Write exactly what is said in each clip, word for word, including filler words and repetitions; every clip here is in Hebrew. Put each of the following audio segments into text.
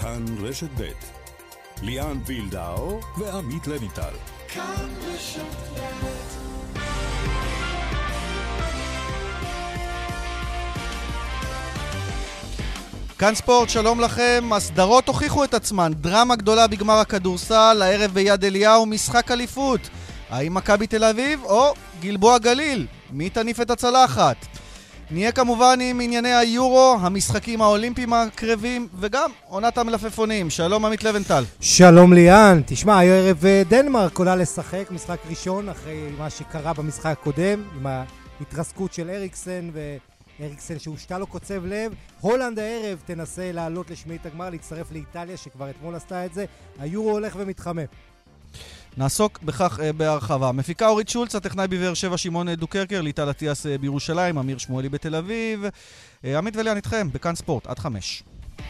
כאן רשת ב' ליאן וילדאו ועמית לויטל. כאן רשת ב'. כאן ספורט, שלום לכם. הסדרות הוכיחו את עצמן, דרמה גדולה בגמר הכדורסל, הערב ביד אליהו, משחק אליפות. האם מכבי תל אביב או גלבוע גליל? מי תניף את הצלחת? נהיה כמובן עם ענייני היורו, המשחקים האולימפיים הקרבים וגם עונת המלפפונים. שלום עמית לבנטל. שלום ליאן. תשמע, הערב דנמרק עולה לשחק משחק ראשון אחרי מה שקרה במשחק הקודם עם ההתרסקות של אריקסן ו... אריקסן שהושתה לו קוצב לב. הולנד הערב תנסה לעלות לשמינית הגמר, להצטרף לאיטליה שכבר אתמול עשתה את זה. היורו הולך ומתחמם. נעסוק בכך uh, בהרחבה. מפיקה אורית שולץ, הטכנאי בבאר שבע שמעון דוקרקר, ליטל אטיאס uh, בירושלים, אמיר שמואלי בתל אביב. Uh, עמית וליאן איתכם בכאן ספורט עד חמש.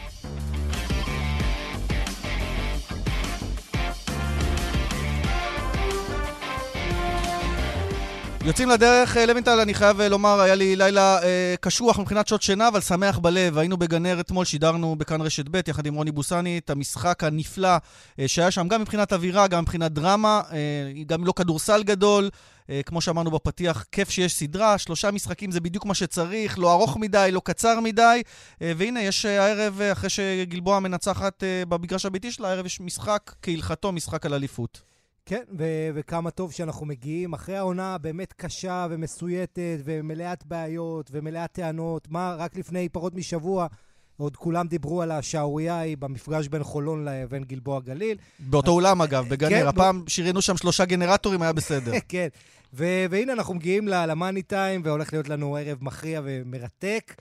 יוצאים לדרך, לוינטל, אני חייב לומר, היה לי לילה אה, קשוח מבחינת שעות שינה, אבל שמח בלב. היינו בגנר אתמול, שידרנו בכאן רשת ב' יחד עם רוני בוסני, את המשחק הנפלא אה, שהיה שם, גם מבחינת אווירה, גם מבחינת דרמה, אה, גם לא כדורסל גדול, אה, כמו שאמרנו בפתיח, כיף שיש סדרה, שלושה משחקים זה בדיוק מה שצריך, לא ארוך מדי, לא קצר מדי, אה, והנה יש אה, הערב, אחרי שגלבוע מנצחת אה, במגרש הביתי שלה, הערב יש משחק כהלכתו, משחק על אליפות. כן, ו- וכמה טוב שאנחנו מגיעים אחרי העונה באמת קשה ומסויטת ומלאת בעיות ומלאת טענות. מה, רק לפני פחות משבוע עוד כולם דיברו על השערוריה היא במפגש בין חולון לבין גלבוע גליל. באותו אז... אולם אגב, בגנר. כן, הפעם ב... שירינו שם שלושה גנרטורים, היה בסדר. כן, ו- והנה אנחנו מגיעים למאני טיים והולך להיות לנו ערב מכריע ומרתק.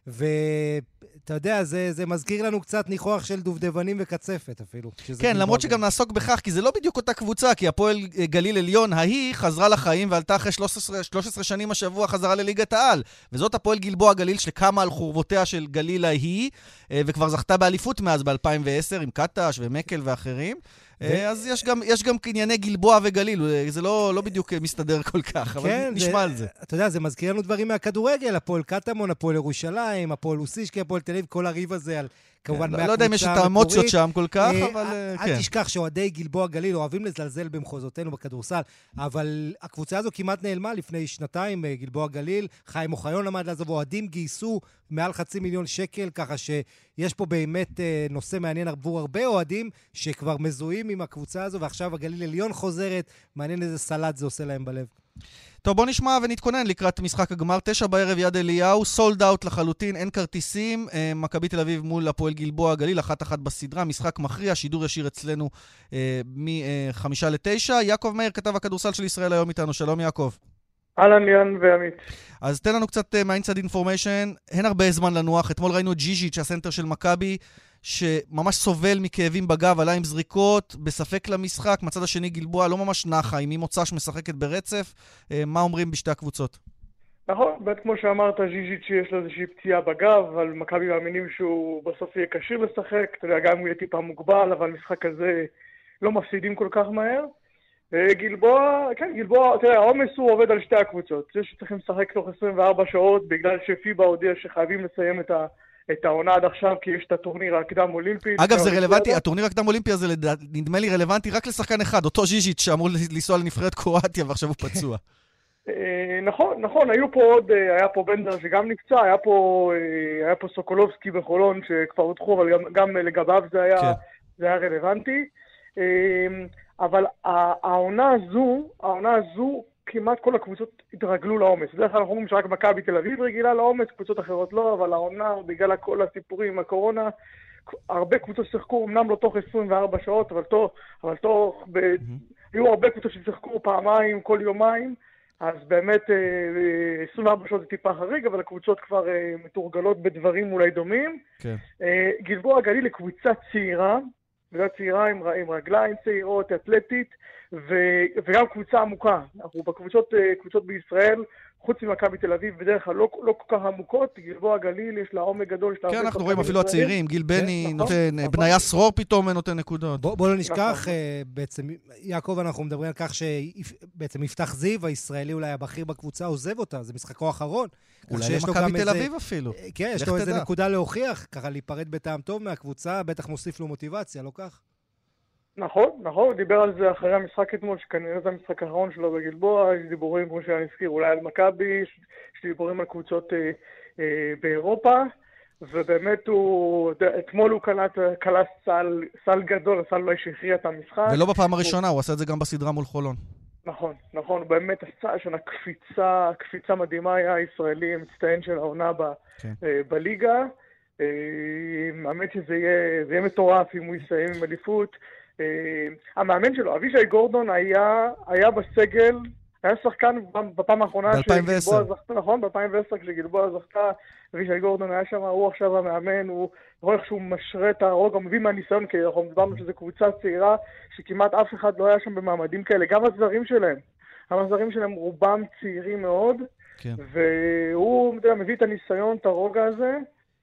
ואתה יודע, זה, זה מזכיר לנו קצת ניחוח של דובדבנים וקצפת אפילו. כן, למרות שגם נעסוק בכך, כי זה לא בדיוק אותה קבוצה, כי הפועל גליל עליון, ההיא חזרה לחיים ועלתה אחרי שלוש עשרה שנים השבוע חזרה לליגת העל. וזאת הפועל גלבוע גליל שקמה על חורבותיה של גליל ההיא, וכבר זכתה באליפות מאז ב-אלפיים ועשר עם קטש ומקל ואחרים. ו... אז יש גם, יש גם ענייני גלבוע וגליל, זה לא, לא בדיוק מסתדר כל כך, אבל כן, נשמע זה, על זה. אתה יודע, זה מזכיר לנו דברים מהכדורגל, הפועל קטמון, הפועל ירושלים, הפועל אוסישקי, הפועל תל אביב, כל הריב הזה על כמובן לא יודע אם יש את האמוציות שם כל כך, אבל כן. אל תשכח שאוהדי גלבוע גליל אוהבים לזלזל במחוזותינו בכדורסל, אבל הקבוצה הזו כמעט נעלמה לפני שנתיים, גלבוע גליל, חיים אוחיון עמד לעזוב, אוהדים גייסו מעל חצי מיליון שקל, ככה שיש פה באמת נושא מעניין עבור הרבה אוהדים שכבר מזוהים עם הקבוצה הזו, ועכשיו הגליל עליון חוזרת, מעניין איזה סלט זה עושה להם בלב. טוב, בוא נשמע ונתכונן לקראת משחק הגמר. תשע בערב יד אליהו, סולד אאוט לחלוטין, אין כרטיסים. מכבי תל אביב מול הפועל גלבוע גליל, אחת אחת בסדרה, משחק מכריע, שידור ישיר אצלנו אה, מחמישה לתשע. יעקב מאיר, כתב הכדורסל של ישראל היום איתנו. שלום יעקב. אהלן ליאן ועמית. אז תן לנו קצת מהאינסייד אינפורמיישן. אין הרבה זמן לנוח. אתמול ראינו את ג'יז'יץ', הסנטר של מכבי, שממש סובל מכאבים בגב, עלה עם זריקות, בספק למשחק. מצד השני גלבוע לא ממש נחה, עם מי מוצא שמשחקת ברצף. מה אומרים בשתי הקבוצות? נכון, באמת כמו שאמרת, ז'יז'יץ' יש לו איזושהי פציעה בגב, אבל מכבי מאמינים שהוא בסוף יהיה קשיר לשחק. אתה יודע, גם הוא יהיה טיפה מוגבל, אבל משחק כזה לא מפסידים כל כך מהר. גלבוע, כן, גלבוע, תראה, העומס הוא עובד על שתי הקבוצות. זה שצריכים לשחק תוך עשרים וארבע שעות, בגלל שפיבה הודיע שחייבים לסיים את ה... את העונה עד עכשיו, כי יש את הטורניר הקדם אולימפי. אגב, זה רלוונטי, הטורניר הקדם אולימפי הזה נדמה לי רלוונטי רק לשחקן אחד, אותו ז'יז'יץ' שאמור לנסוע לנבחרת קרואטיה ועכשיו הוא פצוע. נכון, נכון, היו פה עוד, היה פה בנדר שגם נפצע, היה פה, היה פה סוקולובסקי בחולון שכבר הודחו, אבל גם, גם לגביו זה היה, כן. זה היה רלוונטי. אבל העונה הזו, העונה הזו, כמעט כל הקבוצות התרגלו לעומס. בדרך כלל אנחנו אומרים שרק מכבי תל אביב רגילה לעומס, קבוצות אחרות לא, אבל העונה, בגלל כל הסיפורים עם הקורונה, הרבה קבוצות שחקו, אמנם לא תוך עשרים וארבע שעות, אבל תוך, אבל תוך, ב... mm-hmm. היו הרבה קבוצות ששחקו פעמיים, כל יומיים, אז באמת עשרים וארבע שעות זה טיפה חריג, אבל הקבוצות כבר מתורגלות בדברים אולי דומים. Okay. גלבוע גליל לקבוצה צעירה, קבוצה צעירה עם, עם רגליים צעירות, אתלטית, ו, וגם קבוצה עמוקה. אנחנו בקבוצות קבוצות בישראל חוץ ממכבי תל אביב, בדרך כלל לא, לא כל כך עמוקות, גלבוע גליל, יש לה עומק גדול. כן, אנחנו רואים אפילו הצעירים, גיל בני נותן, בניה סרור פתאום נותן נקודות. בוא לא נשכח, בעצם, יעקב, אנחנו מדברים על כך שבעצם יפתח זיו, הישראלי אולי הבכיר בקבוצה, עוזב אותה, זה משחקו האחרון. אולי למכבי תל אביב אפילו. כן, יש לו איזה נקודה להוכיח, ככה להיפרד בטעם טוב מהקבוצה, בטח מוסיף לו מוטיבציה, לא כך? נכון, נכון, הוא דיבר על זה אחרי המשחק אתמול, שכנראה זה המשחק האחרון שלו בגלבוע, יש דיבורים, כמו שאני אזכיר, אולי על מכבי, יש דיבורים על קבוצות אה, אה, באירופה, ובאמת הוא, אתמול הוא קלט סל, סל גדול, הסל אולי שהכריע את המשחק. ולא בפעם הראשונה, הוא, הוא עשה את זה גם בסדרה מול חולון. נכון, נכון, הוא באמת עשה שנה קפיצה, קפיצה מדהימה, היה הישראלי מצטיין של העונה ב, כן. אה, בליגה. אה, האמת שזה יהיה, זה יהיה מטורף אם הוא יסיים עם אליפות. Uh, המאמן שלו, אבישי גורדון, היה, היה בסגל, היה שחקן בפעם האחרונה ב-אלפיים ועשר. זכתה, נכון, ב-אלפיים ועשר כשגלבוע זכתה, אבישי גורדון היה שם, הוא עכשיו המאמן, הוא רואה איך שהוא משרה את הרוג, הוא מביא מהניסיון, כי אנחנו מדברנו שזו קבוצה צעירה, שכמעט אף אחד לא היה שם במעמדים כאלה, גם הזרים שלהם, גם הזרים שלהם רובם צעירים מאוד, כן. והוא יודע, מביא את הניסיון, את הרוגע הזה,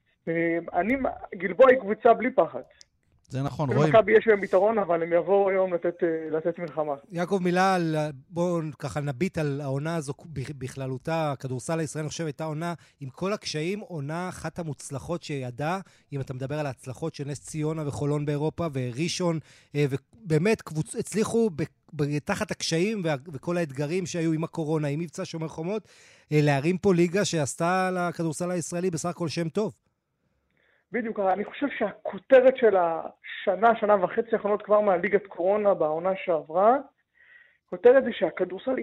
אני, גלבוע היא קבוצה בלי פחד. זה נכון, רואים. למכבי יש להם יתרון, אבל הם יבואו היום לתת, לתת מלחמה. יעקב, מילה על, בואו ככה נביט על העונה הזו בכללותה. הכדורסל הישראל, אני חושב, הייתה עונה עם כל הקשיים, עונה אחת המוצלחות שידעה, אם אתה מדבר על ההצלחות של נס ציונה וחולון באירופה וראשון, ובאמת קבוצ... הצליחו תחת הקשיים וכל האתגרים שהיו עם הקורונה, עם מבצע שומר חומות, להרים פה ליגה שעשתה לכדורסל הישראלי בסך הכל שם טוב. בדיוק, אני חושב שהכותרת של השנה, שנה וחצי האחרונות כבר מהליגת קורונה בעונה שעברה, הכותרת זה שהכדורסל,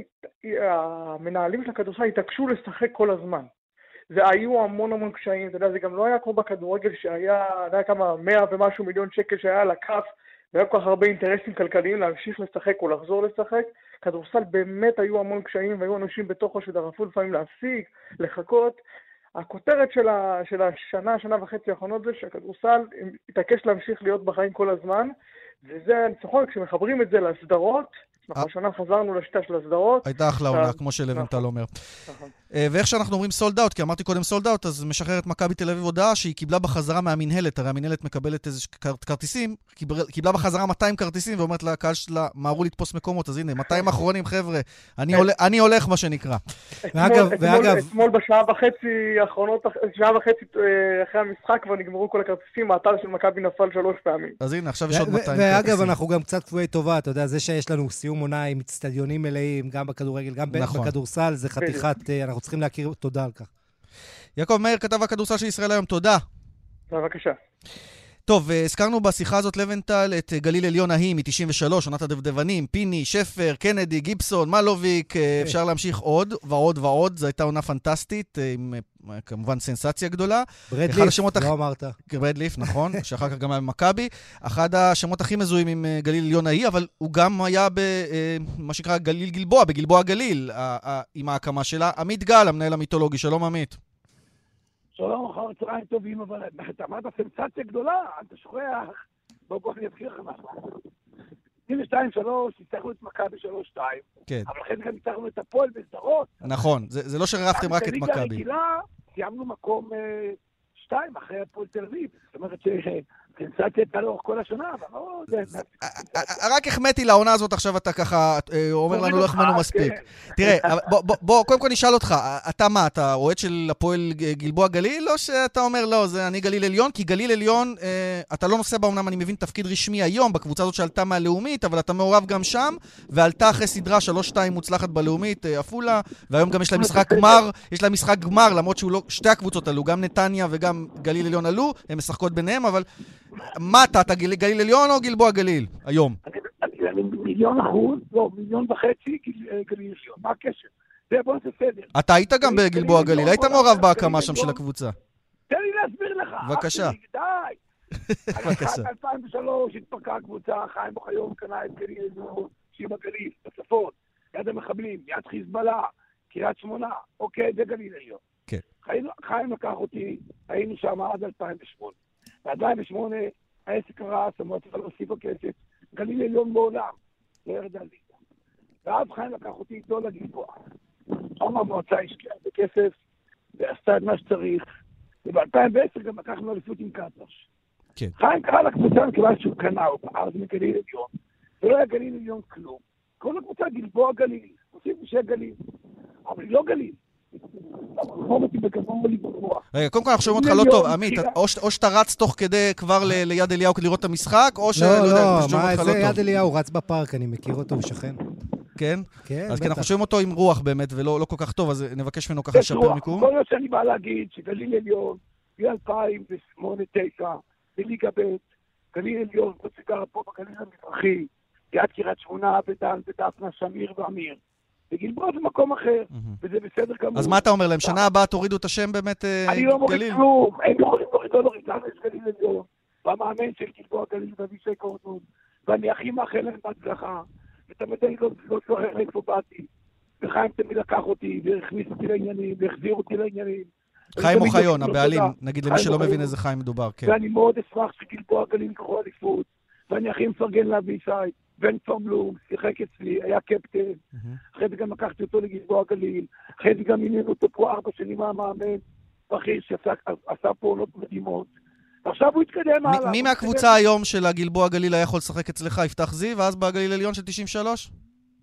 המנהלים של הכדורסל התעקשו לשחק כל הזמן. זה היו המון המון קשיים, אתה יודע, זה גם לא היה כמו בכדורגל שהיה, היה כמה מאה ומשהו מיליון שקל שהיה על הכף, והיה כל כך הרבה אינטרסים כלכליים להמשיך לשחק או לחזור לשחק. כדורסל באמת היו המון קשיים, והיו אנשים בתוכו שדרפו לפעמים להפסיק, לחכות. הכותרת של, ה, של השנה, שנה וחצי האחרונות זה שהכדורסל התעקש להמשיך להיות בחיים כל הזמן, וזה הניצחון, כשמחברים את זה לסדרות, אנחנו השנה חזרנו לשיטה של הסדרות. הייתה אחלה עונה, כמו שלוונטל אומר. ואיך שאנחנו אומרים סולד אאוט, כי אמרתי קודם סולד אאוט, אז משחררת מכבי תל אביב הודעה שהיא קיבלה בחזרה מהמנהלת, הרי המנהלת מקבלת איזה כרטיסים, קיבלה בחזרה מאתיים כרטיסים, ואומרת לקהל שלה, מהרו לתפוס מקומות, אז הנה, מאתיים אחרונים, חבר'ה, אני הולך מה שנקרא. אתמול בשעה וחצי האחרונות, שעה וחצי אחרי המשחק, כבר נגמרו כל הכרטיסים, האתר של מכבי נפל שלוש פעמים. אז הנה, עכשיו יש עוד מאתיים כרטיסים. ואגב, אנחנו גם קצת קבועי טובה, אתה יודע, זה שיש לנו סיום עונה עם אצטדיונים מלאים, גם בכדורגל, גם בכדורסל, זה חתיכת, אנחנו צריכים להכיר תודה על כך. יעקב מאיר, כתב הכדורסל של ישראל היום, תודה. בבקשה. טוב, הזכרנו בשיחה הזאת לבנטל את גליל עליון ההיא מ-תשעים ושלוש, עונת הדבדבנים, פיני, שפר, קנדי, גיבסון, מלוביק, אפשר להמשיך עוד ועוד ועוד, זו הייתה עונה פנטסטית, עם כמובן סנסציה גדולה. ברדליף, לא אמרת. ברדליף, נכון, שאחר כך גם היה במכבי. אחד השמות הכי מזוהים עם גליל עליון ההיא, אבל הוא גם היה במה שנקרא גליל גלבוע, בגלבוע גליל, עם ההקמה שלה. עמית גל, המנהל המיתולוגי, שלום עמית. שלום, אחר צהריים טובים, אבל אתה אמרת סנסציה גדולה, אתה שוכח, בואו בואו אני אתחיל לך משהו. תשעים ושתיים שלוש, ניצחנו את מכבי שלוש שתיים, כן. אבל אחרי זה גם ניצחנו את הפועל בסדרות. נכון, זה, זה לא שרפתם רק את מכבי. בליגה הרגילה, סיימנו מקום אה, שתיים אחרי הפועל תל אביב, זאת אומרת שסנסציה הייתה לאורך כל השנה, אבל לא... רק החמאתי לעונה הזאת, עכשיו אתה ככה אומר לנו לא החמאנו מספיק. תראה, בוא, קודם כל נשאל אותך, אתה מה, אתה אוהד של הפועל גלבוע גליל, או שאתה אומר לא, זה אני גליל עליון, כי גליל עליון, אתה לא נושא באומנם, אני מבין, תפקיד רשמי היום, בקבוצה הזאת שעלתה מהלאומית, אבל אתה מעורב גם שם, ועלתה אחרי סדרה שלוש שתיים מוצלחת בלאומית, אפולה, והיום גם יש להם משחק גמר, יש להם משחק גמר, למרות שתי הקבוצות עלו, גם נתניה וגם גליל עליון עלו, הם משחקות ביניהם, אבל מה אתה, אתה גליל עליון או גלבוע גליל היום? אני מיליון אחוז, לא, מיליון וחצי גליל עליון, מה הקשר? זה בוא נעשה סדר. אתה היית גם בגלבוע גליל, היית מעורב בהקמה שם של הקבוצה. תן לי להסביר לך. בבקשה. די. בבקשה. אלפיים ושלוש התפרקה הקבוצה, חיים אוחיון קנה את גליל עליון, שיבה גליל, בצפון, יד המחבלים, יד חיזבאללה, קריית שמונה, אוקיי, זה גליל עליון. כן. חיים לקח אותי, היינו שם עד אלפיים ושמונה. ב-אלפיים ושמונה העסק קרס, המועצה לא הוסיפה כסף, גליל עליון בעולם, לא ירד על ליגה. ואז חיים לקח אותי איתו לגלבוע. היום המועצה השקיעה בכסף, ועשתה את מה שצריך, וב-אלפיים ועשר גם לקחנו אליפות עם קטש. כן. חיים קרא לקבוצה מכיוון שהוא קנה, הוא בארץ מגליל עליון, ולא היה גליל עליון כלום. כל הקבוצה גלבוע גליל, עושים שיהיה גליל, אבל היא לא גליל. רגע, קודם כל אנחנו שומעים אותך לא טוב, עמית, או שאתה רץ תוך כדי כבר ליד אליהו כדי לראות את המשחק, או שלא יודע, לא, לא, מה, זה יד אליהו, רץ בפארק, אני מכיר אותו, הוא שכן. כן? כן, אז אנחנו שומעים אותו עם רוח באמת, ולא כל כך טוב, אז נבקש ממנו ככה לשפר מיקום. כל מה שאני בא להגיד, שגליל עליון, מ-אלפיים ושמונה תשע, בליגה ב', גליל עליון, עוד שגרה פה בגליל המזרחי, יד קריית שמונה, ודן, ודפנה, שמיר ואמיר. וגלבוע זה מקום אחר, וזה בסדר גמור. אז מה אתה אומר להם? שנה הבאה תורידו את השם באמת גליל? אני לא מוריד כלום, הם יכולים להוריד, לא להוריד, לנו יש גליל עליון, והמאמן של גלבוע גליל ואבישי קורדון, ואני הכי מאחל להם בהצלחה, ותמיד אני לא שואל איפה באתי, וחיים תמיד לקח אותי, והכניס אותי לעניינים, והחזיר אותי לעניינים. חיים אוחיון, הבעלים, נגיד למי שלא מבין איזה חיים מדובר, כן. ואני מאוד אשמח שגלבוע גליל יקחו אליפות, ואני הכי מפרגן לאבישי, בן פרבלום, שיחק אצלי, היה קפטן, אחרי זה גם לקחתי אותו לגלבוע גליל, אחרי זה גם עניין אותו פה ארבע שנים מהמאמן, בכיר שעשה פעולות מדהימות, ועכשיו הוא התקדם הלאה. מי מהקבוצה היום של הגלבוע גליל היה יכול לשחק אצלך? יפתח זיו, ואז בגליל עליון של תשעים ושלוש?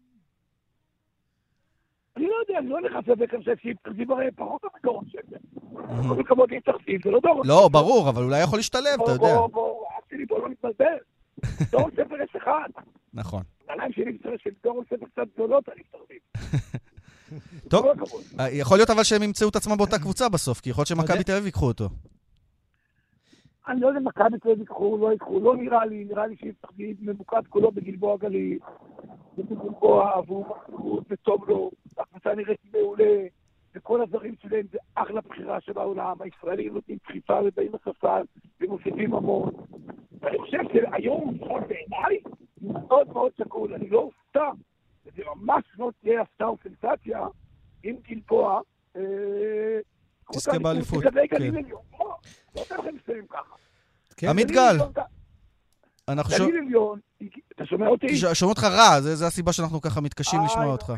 אני לא יודע, אני לא נכנס לבק על זה שיפתח זיו הרי פחות המדורון שלי. כל כבוד יפתח זיו, זה לא דורון. לא, ברור, אבל אולי יכול להשתלב, אתה יודע. בוא, בוא, אהבתי לי, בוא לא נתבלבל. דורון ספר יש אחד. נכון. עליהם שלי של דורון ספר קצת גדולות, אני אשתרביב. טוב, יכול להיות אבל שהם ימצאו את עצמם באותה קבוצה בסוף, כי יכול להיות שמכבי תל אביב ייקחו אותו. אני לא יודע אם מכבי תל אביב ייקחו, לא ייקחו, לא נראה לי, נראה לי שיפתח זיו ממוקד כולו בגלבוע גליל, ובגלבוע, והוא מחזור, וטוב לו, הקבוצה נראית מעולה, וכל הדברים שלהם זה אחלה בחירה של העולם, הישראלים נותנים דחיפה ובאים לספסל, ומוסיפים המון. ואני חושב שהיום, לפחות בעיניי, מאוד מאוד שקול, אני לא אופתע, וזה ממש לא תהיה הפתעה או סנסציה, אם גלבוע, תזכה באליפות. לא יודע לכם לסיים ככה. עמית גל. גליל עליון, אתה שומע אותי? שומע אותך רע, זה הסיבה שאנחנו ככה מתקשים לשמוע אותך.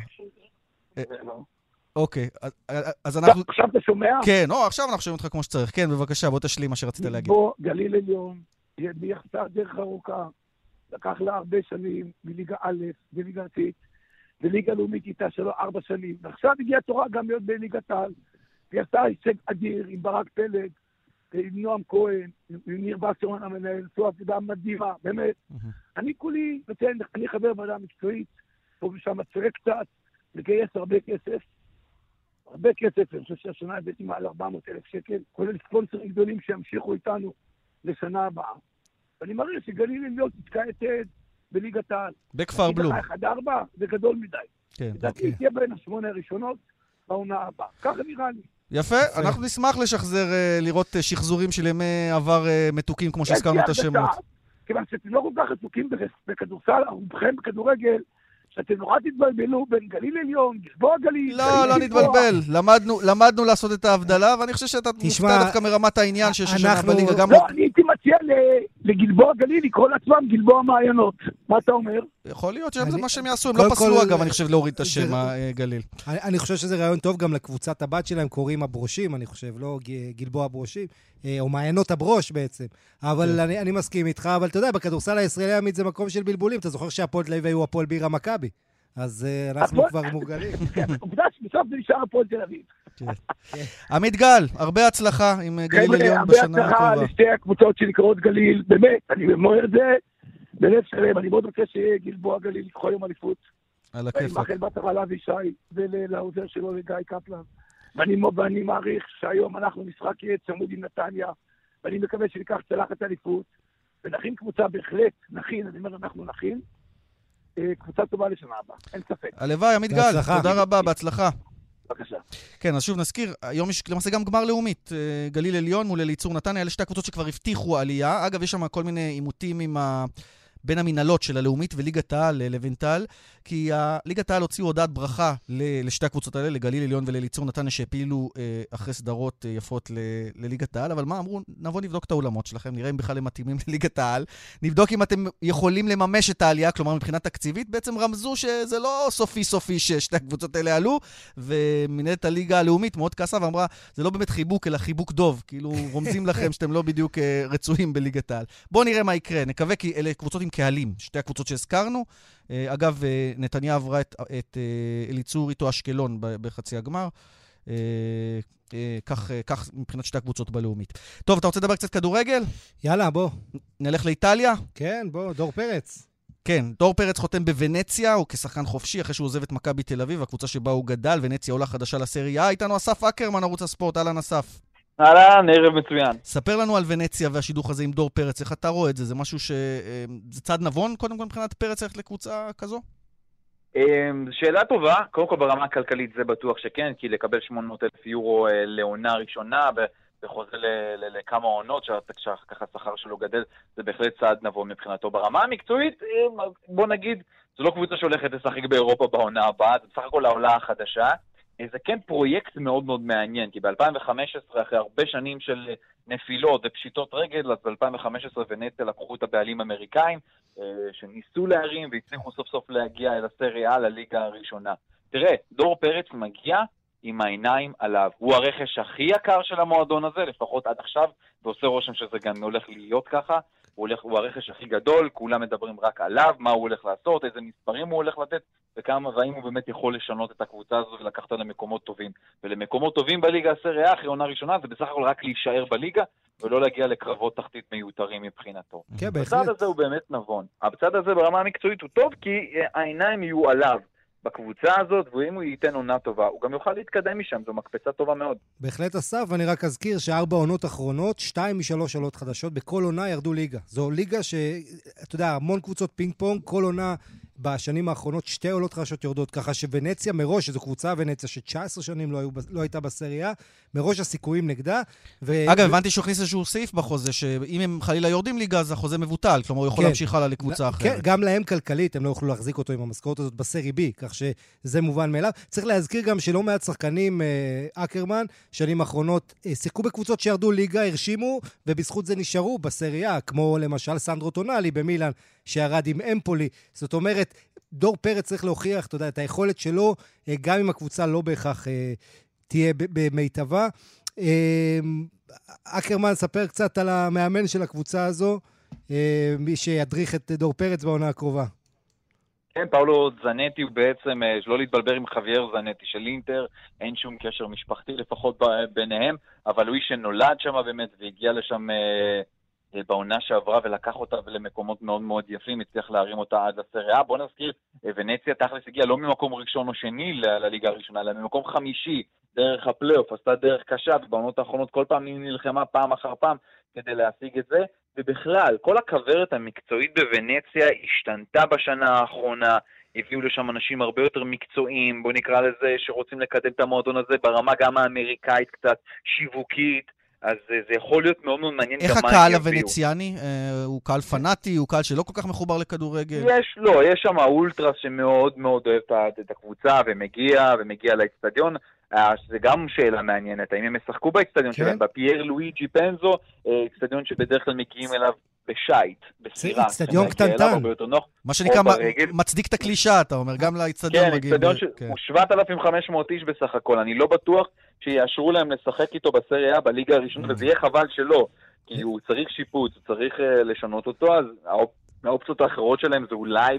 אוקיי, אז אנחנו... עכשיו אתה שומע? כן, או, עכשיו אנחנו שומעים אותך כמו שצריך. כן, בבקשה, בוא תשלים מה שרצית להגיד. בוא, גליל עליון, מי יחסר דרך ארוכה, לקח לה הרבה שנים מליגה א' וליגה ארצית, וליגה לאומית איתה שלו ארבע שנים, ועכשיו הגיעה תורה גם להיות בליגת העל, והיא עשתה הישג אדיר עם ברק פלג, עם נועם כהן, עם ניר בסרמן המנהל, זו עבודה מדהימה, באמת. אני כולי, אני חבר ועדה מקצועית, פה ושם צריך קצת, לגייס הרבה כסף, הרבה כסף, אני חושב שהשנה הבאתי מעל ארבע מאות אלף שקל, כולל ספונסרים גדולים שימשיכו איתנו לשנה הבאה. ואני מראה שגליל עליון תתקע את בליגת העל. בכפר בלום. אחד ארבע זה גדול מדי. כן. לדעתי תהיה בין השמונה הראשונות בעונה הבאה. ככה נראה לי. יפה, אנחנו נשמח לשחזר, לראות שחזורים של ימי עבר מתוקים, כמו שהזכרנו את השמות. כיוון שאתם לא כל כך עסוקים בכדורסל, רובכם בכדורגל, שאתם נורא תתבלבלו בין גליל עליון, גלבוע גליל... לא, לא נתבלבל. למדנו לעשות את ההבדלה, ואני חושב שאתה מופתע דווקא מרמת העניין שיש השנה בליגה. לא, אני הייתי מציע לגלבוע גליל לקרוא לעצמם גלבוע מעיינות. מה אתה אומר? יכול להיות שזה מה שהם יעשו. הם לא פסלו אגב, אני חושב, להוריד את השם הגליל. אני חושב שזה רעיון טוב גם לקבוצת הבת שלהם, קוראים הברושים, אני חושב, לא גלבוע הברושים, או מעיינות הברוש בעצם. אבל אני מסכים איתך, אבל אתה יודע, בכדורסל הישראלי העמית זה מקום של בלבולים. אתה זוכר שהפועל תל אביב היו הפועל בירה מכבי. אז אנחנו כבר מורגלים. עובדה שבסוף זה נשאר הפועל תל אביב. עמית גל, הרבה הצלחה עם גליל עליון בשנה הקרובה. הרבה הצלחה לשתי הקבוצות שנקראות גליל, באמת, אני אומר את זה בלב שלם, אני מאוד רוצה שיהיה גלבוע גליל לקחו יום אליפות. על הכיפק. אני מאחל בהצלחה לאבישי ולעוזר שלו לגיא קפלן. ואני מעריך שהיום אנחנו משחק יהיה צמוד עם נתניה, ואני מקווה שניקח צלחת אליפות, ונכין קבוצה בהחלט, נכין, אני אומר אנחנו נכין, קבוצה טובה לשנה הבאה, אין ספק. הלוואי, עמית גל, תודה רבה, בהצלחה. בבקשה. כן, אז שוב נזכיר, היום יש למעשה גם גמר לאומית, גליל עליון מול אליצור נתניה, אלה שתי הקבוצות שכבר הבטיחו עלייה. אגב, יש שם כל מיני עימותים עם בין המנהלות של הלאומית וליגת העל לוינטל, כי ליגת העל הוציאו הודעת ברכה לשתי הקבוצות האלה, לגליל עליון ולליצור נתניה, שהפעילו אחרי סדרות יפות לליגת העל, אבל מה אמרו? נבוא נבדוק את האולמות שלכם, נראה אם בכלל הם מתאימים לליגת העל, נבדוק אם אתם יכולים לממש את העלייה, כלומר מבחינה תקציבית, בעצם רמזו שזה לא סופי סופי ששתי הקבוצות האלה עלו, ומנהלת הליגה הלאומית מאוד כעסה ואמרה, זה לא באמת חיבוק, אלא חיבוק דוב, כאילו רומזים לכם שאתם לא בדיוק רצויים בליגת העל. בואו נראה מה יקרה, נקווה כי אלה קבוצות עם קהלים, שתי הקבוצות שהזכרנו. אגב, נתניה עברה את, את אליצור איתו אשקלון בחצי הגמר. כך, כך מבחינת שתי הקבוצות בלאומית. טוב, אתה רוצה לדבר קצת כדורגל? יאללה, בוא. נלך לאיטליה? כן, בוא, דור פרץ. כן, דור פרץ חותם בוונציה, הוא כשחקן חופשי, אחרי שהוא עוזב את מכבי תל אביב, הקבוצה שבה הוא גדל, ונציה עולה חדשה לסריה. איתנו אסף אקרמן, ערוץ הספורט, אהלן אסף. אהלן, ערב מצוין. ספר לנו על ונציה והשידוך הזה עם דור פרץ, איך אתה רואה את זה? זה משהו ש... זה צעד נבון, קודם כל מבחינת פרץ ללכת לקבוצה כזו? שאלה טובה, קודם כל ברמה הכלכלית זה בטוח שכן, כי לקבל שמונה מאות אלף יורו לעונה ראשונה, וחוזה לכמה עונות שככה השכר שלו גדל, זה בהחלט צעד נבון מבחינתו. ברמה המקצועית, בוא נגיד, זו לא קבוצה שהולכת לשחק באירופה בעונה הבאה, זה בסך הכל העולה החדשה. זה כן פרויקט מאוד מאוד מעניין, כי ב-אלפיים וחמש עשרה, אחרי הרבה שנים של נפילות ופשיטות רגל, אז ב-אלפיים וחמש עשרה ונציה לקחו את הבעלים האמריקאים, שניסו להרים והצליחו סוף סוף להגיע אל הסריה A, לליגה הראשונה. תראה, דור פרץ מגיע עם העיניים עליו. הוא הרכש הכי יקר של המועדון הזה, לפחות עד עכשיו, ועושה רושם שזה גם הולך להיות ככה. הוא, הולך, הוא הרכש הכי גדול, כולם מדברים רק עליו, מה הוא הולך לעשות, איזה מספרים הוא הולך לתת, וכמה, והאם הוא באמת יכול לשנות את הקבוצה הזו ולקחת אותה למקומות טובים. ולמקומות טובים בליגה הסריה, אחרי עונה ראשונה, זה בסך הכל רק להישאר בליגה, ולא להגיע לקרבות תחתית מיותרים מבחינתו. כן, בהחלט. הצד הזה הוא באמת נבון. הצד הזה ברמה המקצועית הוא טוב, כי העיניים יהיו עליו בקבוצה הזאת, ואם הוא ייתן עונה טובה, הוא גם יוכל להתקדם משם, זו מקפצה טובה מאוד. בהחלט אסף, ואני רק אזכיר שארבע עונות אחרונות, שתיים משלוש עונות חדשות, בכל עונה ירדו ליגה. זו ליגה ש, אתה יודע, המון קבוצות פינג פונג, כל עונה בשנים האחרונות שתי עולות חדשות יורדות, ככה שוונציה מראש, שזו קבוצה ונציה ש-תשע עשרה שנים לא, היו, לא הייתה בסריה, מראש הסיכויים נגדה. ו... אגב, הבנתי שהוא הכניס איזשהו סעיף בחוזה, שאם הם חלילה יורדים ליגה, אז החוזה מבוטל, כלומר הוא יכול כן. להמשיך הלאה לקבוצה אחרת. כן, גם להם כלכלית, הם לא יוכלו להחזיק אותו עם המשכורת הזאת בסרי בי, כך שזה מובן מאליו. צריך להזכיר גם שלא מעט שחקנים, אקרמן, שנים האחרונות, שיחקו בקבוצות שירדו ליגה, הרשימו, ובזכות זה נשארו בסריה, כמו למשל סנדרו טונאלי במילאן, שירד עם אמפולי. זאת אומרת, דור פרץ צריך להוכיח, אתה יודע, את היכולת שלו, גם אם הקבוצה לא בהכרח תהיה במיטבה. אקרמן, ספר קצת על המאמן של הקבוצה הזו, מי שידריך את דור פרץ בעונה הקרובה. כן, פאולו זנטי הוא בעצם, שלא להתבלבר עם חווייר זנטי של אינטר, אין שום קשר משפחתי לפחות ביניהם, אבל הוא איש שנולד שם באמת והגיע לשם בעונה שעברה ולקח אותה למקומות מאוד מאוד יפים, הצליח להרים אותה עד לסריה. בוא נזכיר, ונציה תכלס הגיעה לא ממקום ראשון או שני לליגה הראשונה, אלא ממקום חמישי, דרך הפלייאוף, עשתה דרך קשה, ובעונות האחרונות כל פעם היא נלחמה פעם אחר פעם כדי להשיג את זה, ובכלל, כל הכברת המקצועית בוונציה השתנתה בשנה האחרונה, הביאו לשם אנשים הרבה יותר מקצועיים, בוא נקרא לזה, שרוצים לקדם את המועדון הזה ברמה גם האמריקאית קצת, שיווקית, אז זה יכול להיות מאוד מאוד מעניין. איך הקהל הוונציאני? הוא קהל פנאטי? הוא קהל שלא כל כך מחובר לכדורגל? יש, לא, יש שם האולטרס שמאוד מאוד אוהב את הקבוצה ומגיע, ומגיע לאצטדיון. זה גם שאלה מעניינת, האם הם משחקו באצטדיון שלהם, בפייר לואיג'י פנזו, אצטדיון שבדרך כלל מגיעים אליו בשייט, בסירה. אצטדיון קטנטן. מה שנקרא, מצדיק את הקלישה, אתה אומר, גם לאצטדיון מגיעים. כן, אצטדיון הוא שבעת אלפים וחמש מאות איש בסך הכל, אני לא בטוח שיאשרו להם לשחק איתו בסריה בליגה הראשונה, וזה יהיה חבל שלא, כי הוא צריך שיפוץ, הוא צריך לשנות אותו, אז האופציות האחרות שלהם זה אולי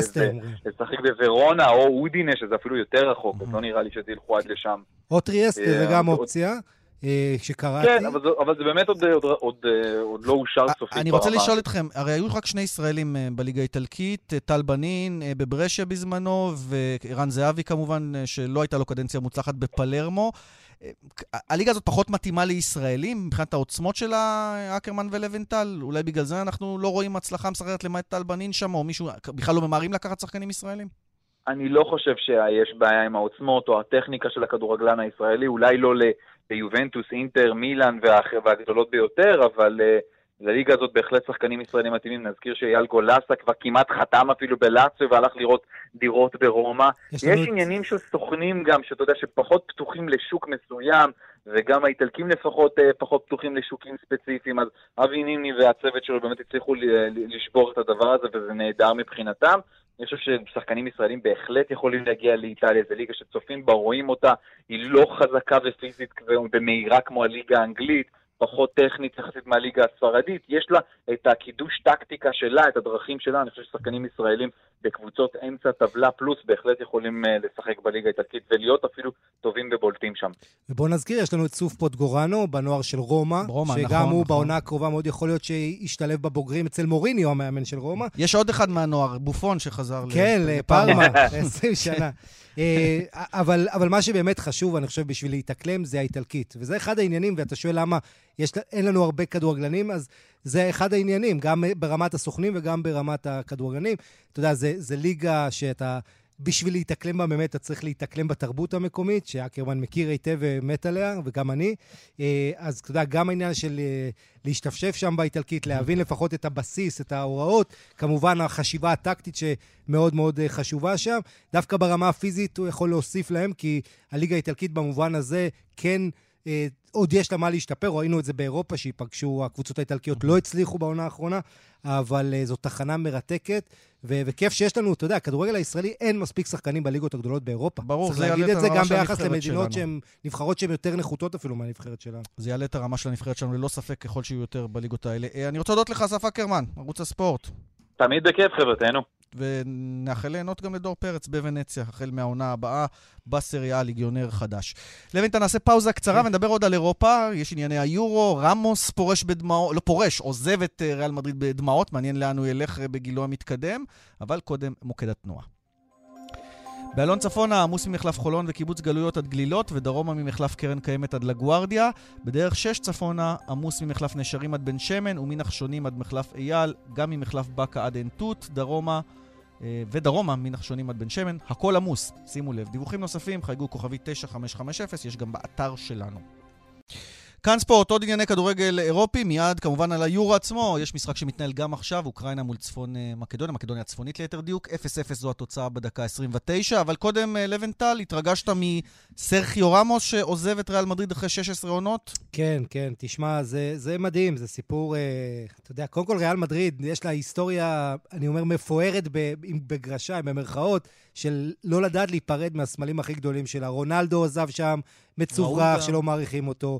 לשחק בוורונה או אודינה, שזה אפילו יותר רחוק, אז לא נראה לי שזה ילכו עד לשם. או טריאסטה, זה גם אופציה. שקראתי. כן, אבל זה, אבל זה באמת עוד, עוד, עוד, עוד לא אושר סופית. אני רוצה לשאול אתכם, הרי היו רק שני ישראלים בליגה האיטלקית, טל בנין בברשיה בזמנו, וערן זהבי כמובן, שלא הייתה לו קדנציה מוצלחת בפלרמו. הליגה הזאת פחות מתאימה לישראלים, מבחינת העוצמות של אקרמן ולוינטל, אולי בגלל זה אנחנו לא רואים הצלחה מסחררת למעט טל בנין שם, או מישהו, בכלל לא ממהרים לקחת שחקנים ישראלים? אני לא חושב שיש בעיה עם העוצמות או הטכניקה של הכדורגלן הישראלי, אולי לא ליובנטוס, אינטר, מילאן והגדולות ביותר, אבל לליגה הזאת בהחלט שחקנים ישראלים מתאימים, נזכיר שאייל גולסה כבר כמעט חתם אפילו בלאציו והלך לראות דירות ברומא. יש, יש עניינים של סוכנים גם, שאתה יודע שפחות פתוחים לשוק מסוים, וגם האיטלקים לפחות פחות פתוחים לשוקים ספציפיים, אז אבי נימני והצוות שלו באמת הצליחו לשבור את הדבר הזה, וזה נהדר מבחינתם. אני חושב ששחקנים ישראלים בהחלט יכולים להגיע לאיטליה, זו ליגה שצופים בה, רואים אותה, היא לא חזקה ופיזית ומהירה כמו הליגה האנגלית, פחות טכנית יחסית מהליגה הספרדית, יש לה את הקידוש טקטיקה שלה, את הדרכים שלה, אני חושב ששחקנים ישראלים בקבוצות אמצע טבלה פלוס בהחלט יכולים לשחק בליגה האיטלקית ולהיות אפילו טובים ובולטים שם. ובואו נזכיר, יש לנו את סוף פוטגורנו בנוער של רומא, רומא שגם נכון, הוא נכון. בעונה הקרובה מאוד יכול להיות שישתלב בבוגרים אצל מוריניו המאמן של רומא. יש עוד אחד מהנוער, בופון שחזר כן, לפארמה, עשרים שנה. אבל, אבל מה שבאמת חשוב, אני חושב, בשביל להתאקלם, זה האיטלקית. וזה אחד העניינים, ואתה שואל למה יש, אין לנו הרבה כדורגלנים, אז זה אחד העניינים, גם ברמת הסוכנים וגם ברמת הכדורגלנים. אתה יודע, זה, זה ליגה שאתה, בשביל להתאקלם בה, באמת, אתה צריך להתאקלם בתרבות המקומית, שאקרמן מכיר היטב ומת עליה, וגם אני. אז אתה יודע, גם העניין של להשתפשף שם באיטלקית, להבין לפחות את הבסיס, את ההוראות, כמובן החשיבה הטקטית שמאוד מאוד חשובה שם. דווקא ברמה הפיזית הוא יכול להוסיף להם, כי הליגה האיטלקית במובן הזה כן עוד יש לה מה להשתפר, ראינו את זה באירופה, שיפגשו, הקבוצות האיטלקיות לא הצליחו בעונה האחרונה, אבל זו תחנה מרתקת, ו- וכיף שיש לנו, אתה יודע, הכדורגל הישראלי אין מספיק שחקנים בליגות הגדולות באירופה. ברור, זה יעלה את הרמה של הנבחרת שלנו. צריך להגיד את זה גם ביחס למדינות שהן נבחרות שהן יותר נחותות אפילו מהנבחרת שלנו. זה יעלה את הרמה של הנבחרת שלנו, ללא ספק ככל שיהיו יותר בליגות האלה. אני רוצה להודות לך, אסף אקרמן, ערוץ הספורט. תמיד בכיף, חברתנו. ונאחל ליהנות גם לדור פרץ בוונציה, החל מהעונה הבאה בסריה, ליגיונר חדש. לוינטל, נעשה פאוזה קצרה ונדבר עוד על אירופה. יש ענייני היורו, רמוס פורש בדמעות, לא פורש, עוזב את ריאל מדריד בדמעות, מעניין לאן הוא ילך בגילו המתקדם, אבל קודם מוקד התנועה. באלון צפונה עמוס ממחלף חולון וקיבוץ גלויות עד גלילות, ודרומה ממחלף קרן קיימת עד לגוארדיה. בדרך שש צפונה עמוס ממחלף נשרים עד בן שמן, ומנחשונים עד מחלף אייל, גם ממחלף בקה עד עין תות, דרומה ודרומה מנחשונים עד בן שמן. הכל עמוס, שימו לב. דיווחים נוספים, חייגו כוכבי תשע חמש חמש אפס, יש גם באתר שלנו. כאן ספורט, עוד ענייני כדורגל אירופי, מיד כמובן על היורו עצמו, יש משחק שמתנהל גם עכשיו, אוקראינה מול צפון מקדוניה, מקדוניה הצפונית ליתר דיוק, אפס אפס זו התוצאה בדקה עשרים ותשע, אבל קודם לוינטל, התרגשת מסרחיו רמוס שעוזב את ריאל מדריד אחרי שש עשרה עונות? כן, כן, תשמע, זה, זה מדהים, זה סיפור, אתה יודע, קודם כל ריאל מדריד, יש לה היסטוריה, אני אומר, מפוארת בגרשיים, במרכאות, של לא לדעת להיפרד מהסמלים הכי גדולים שלה. רונלדו עזב שם, מצוברח שלא מעריכים אותו.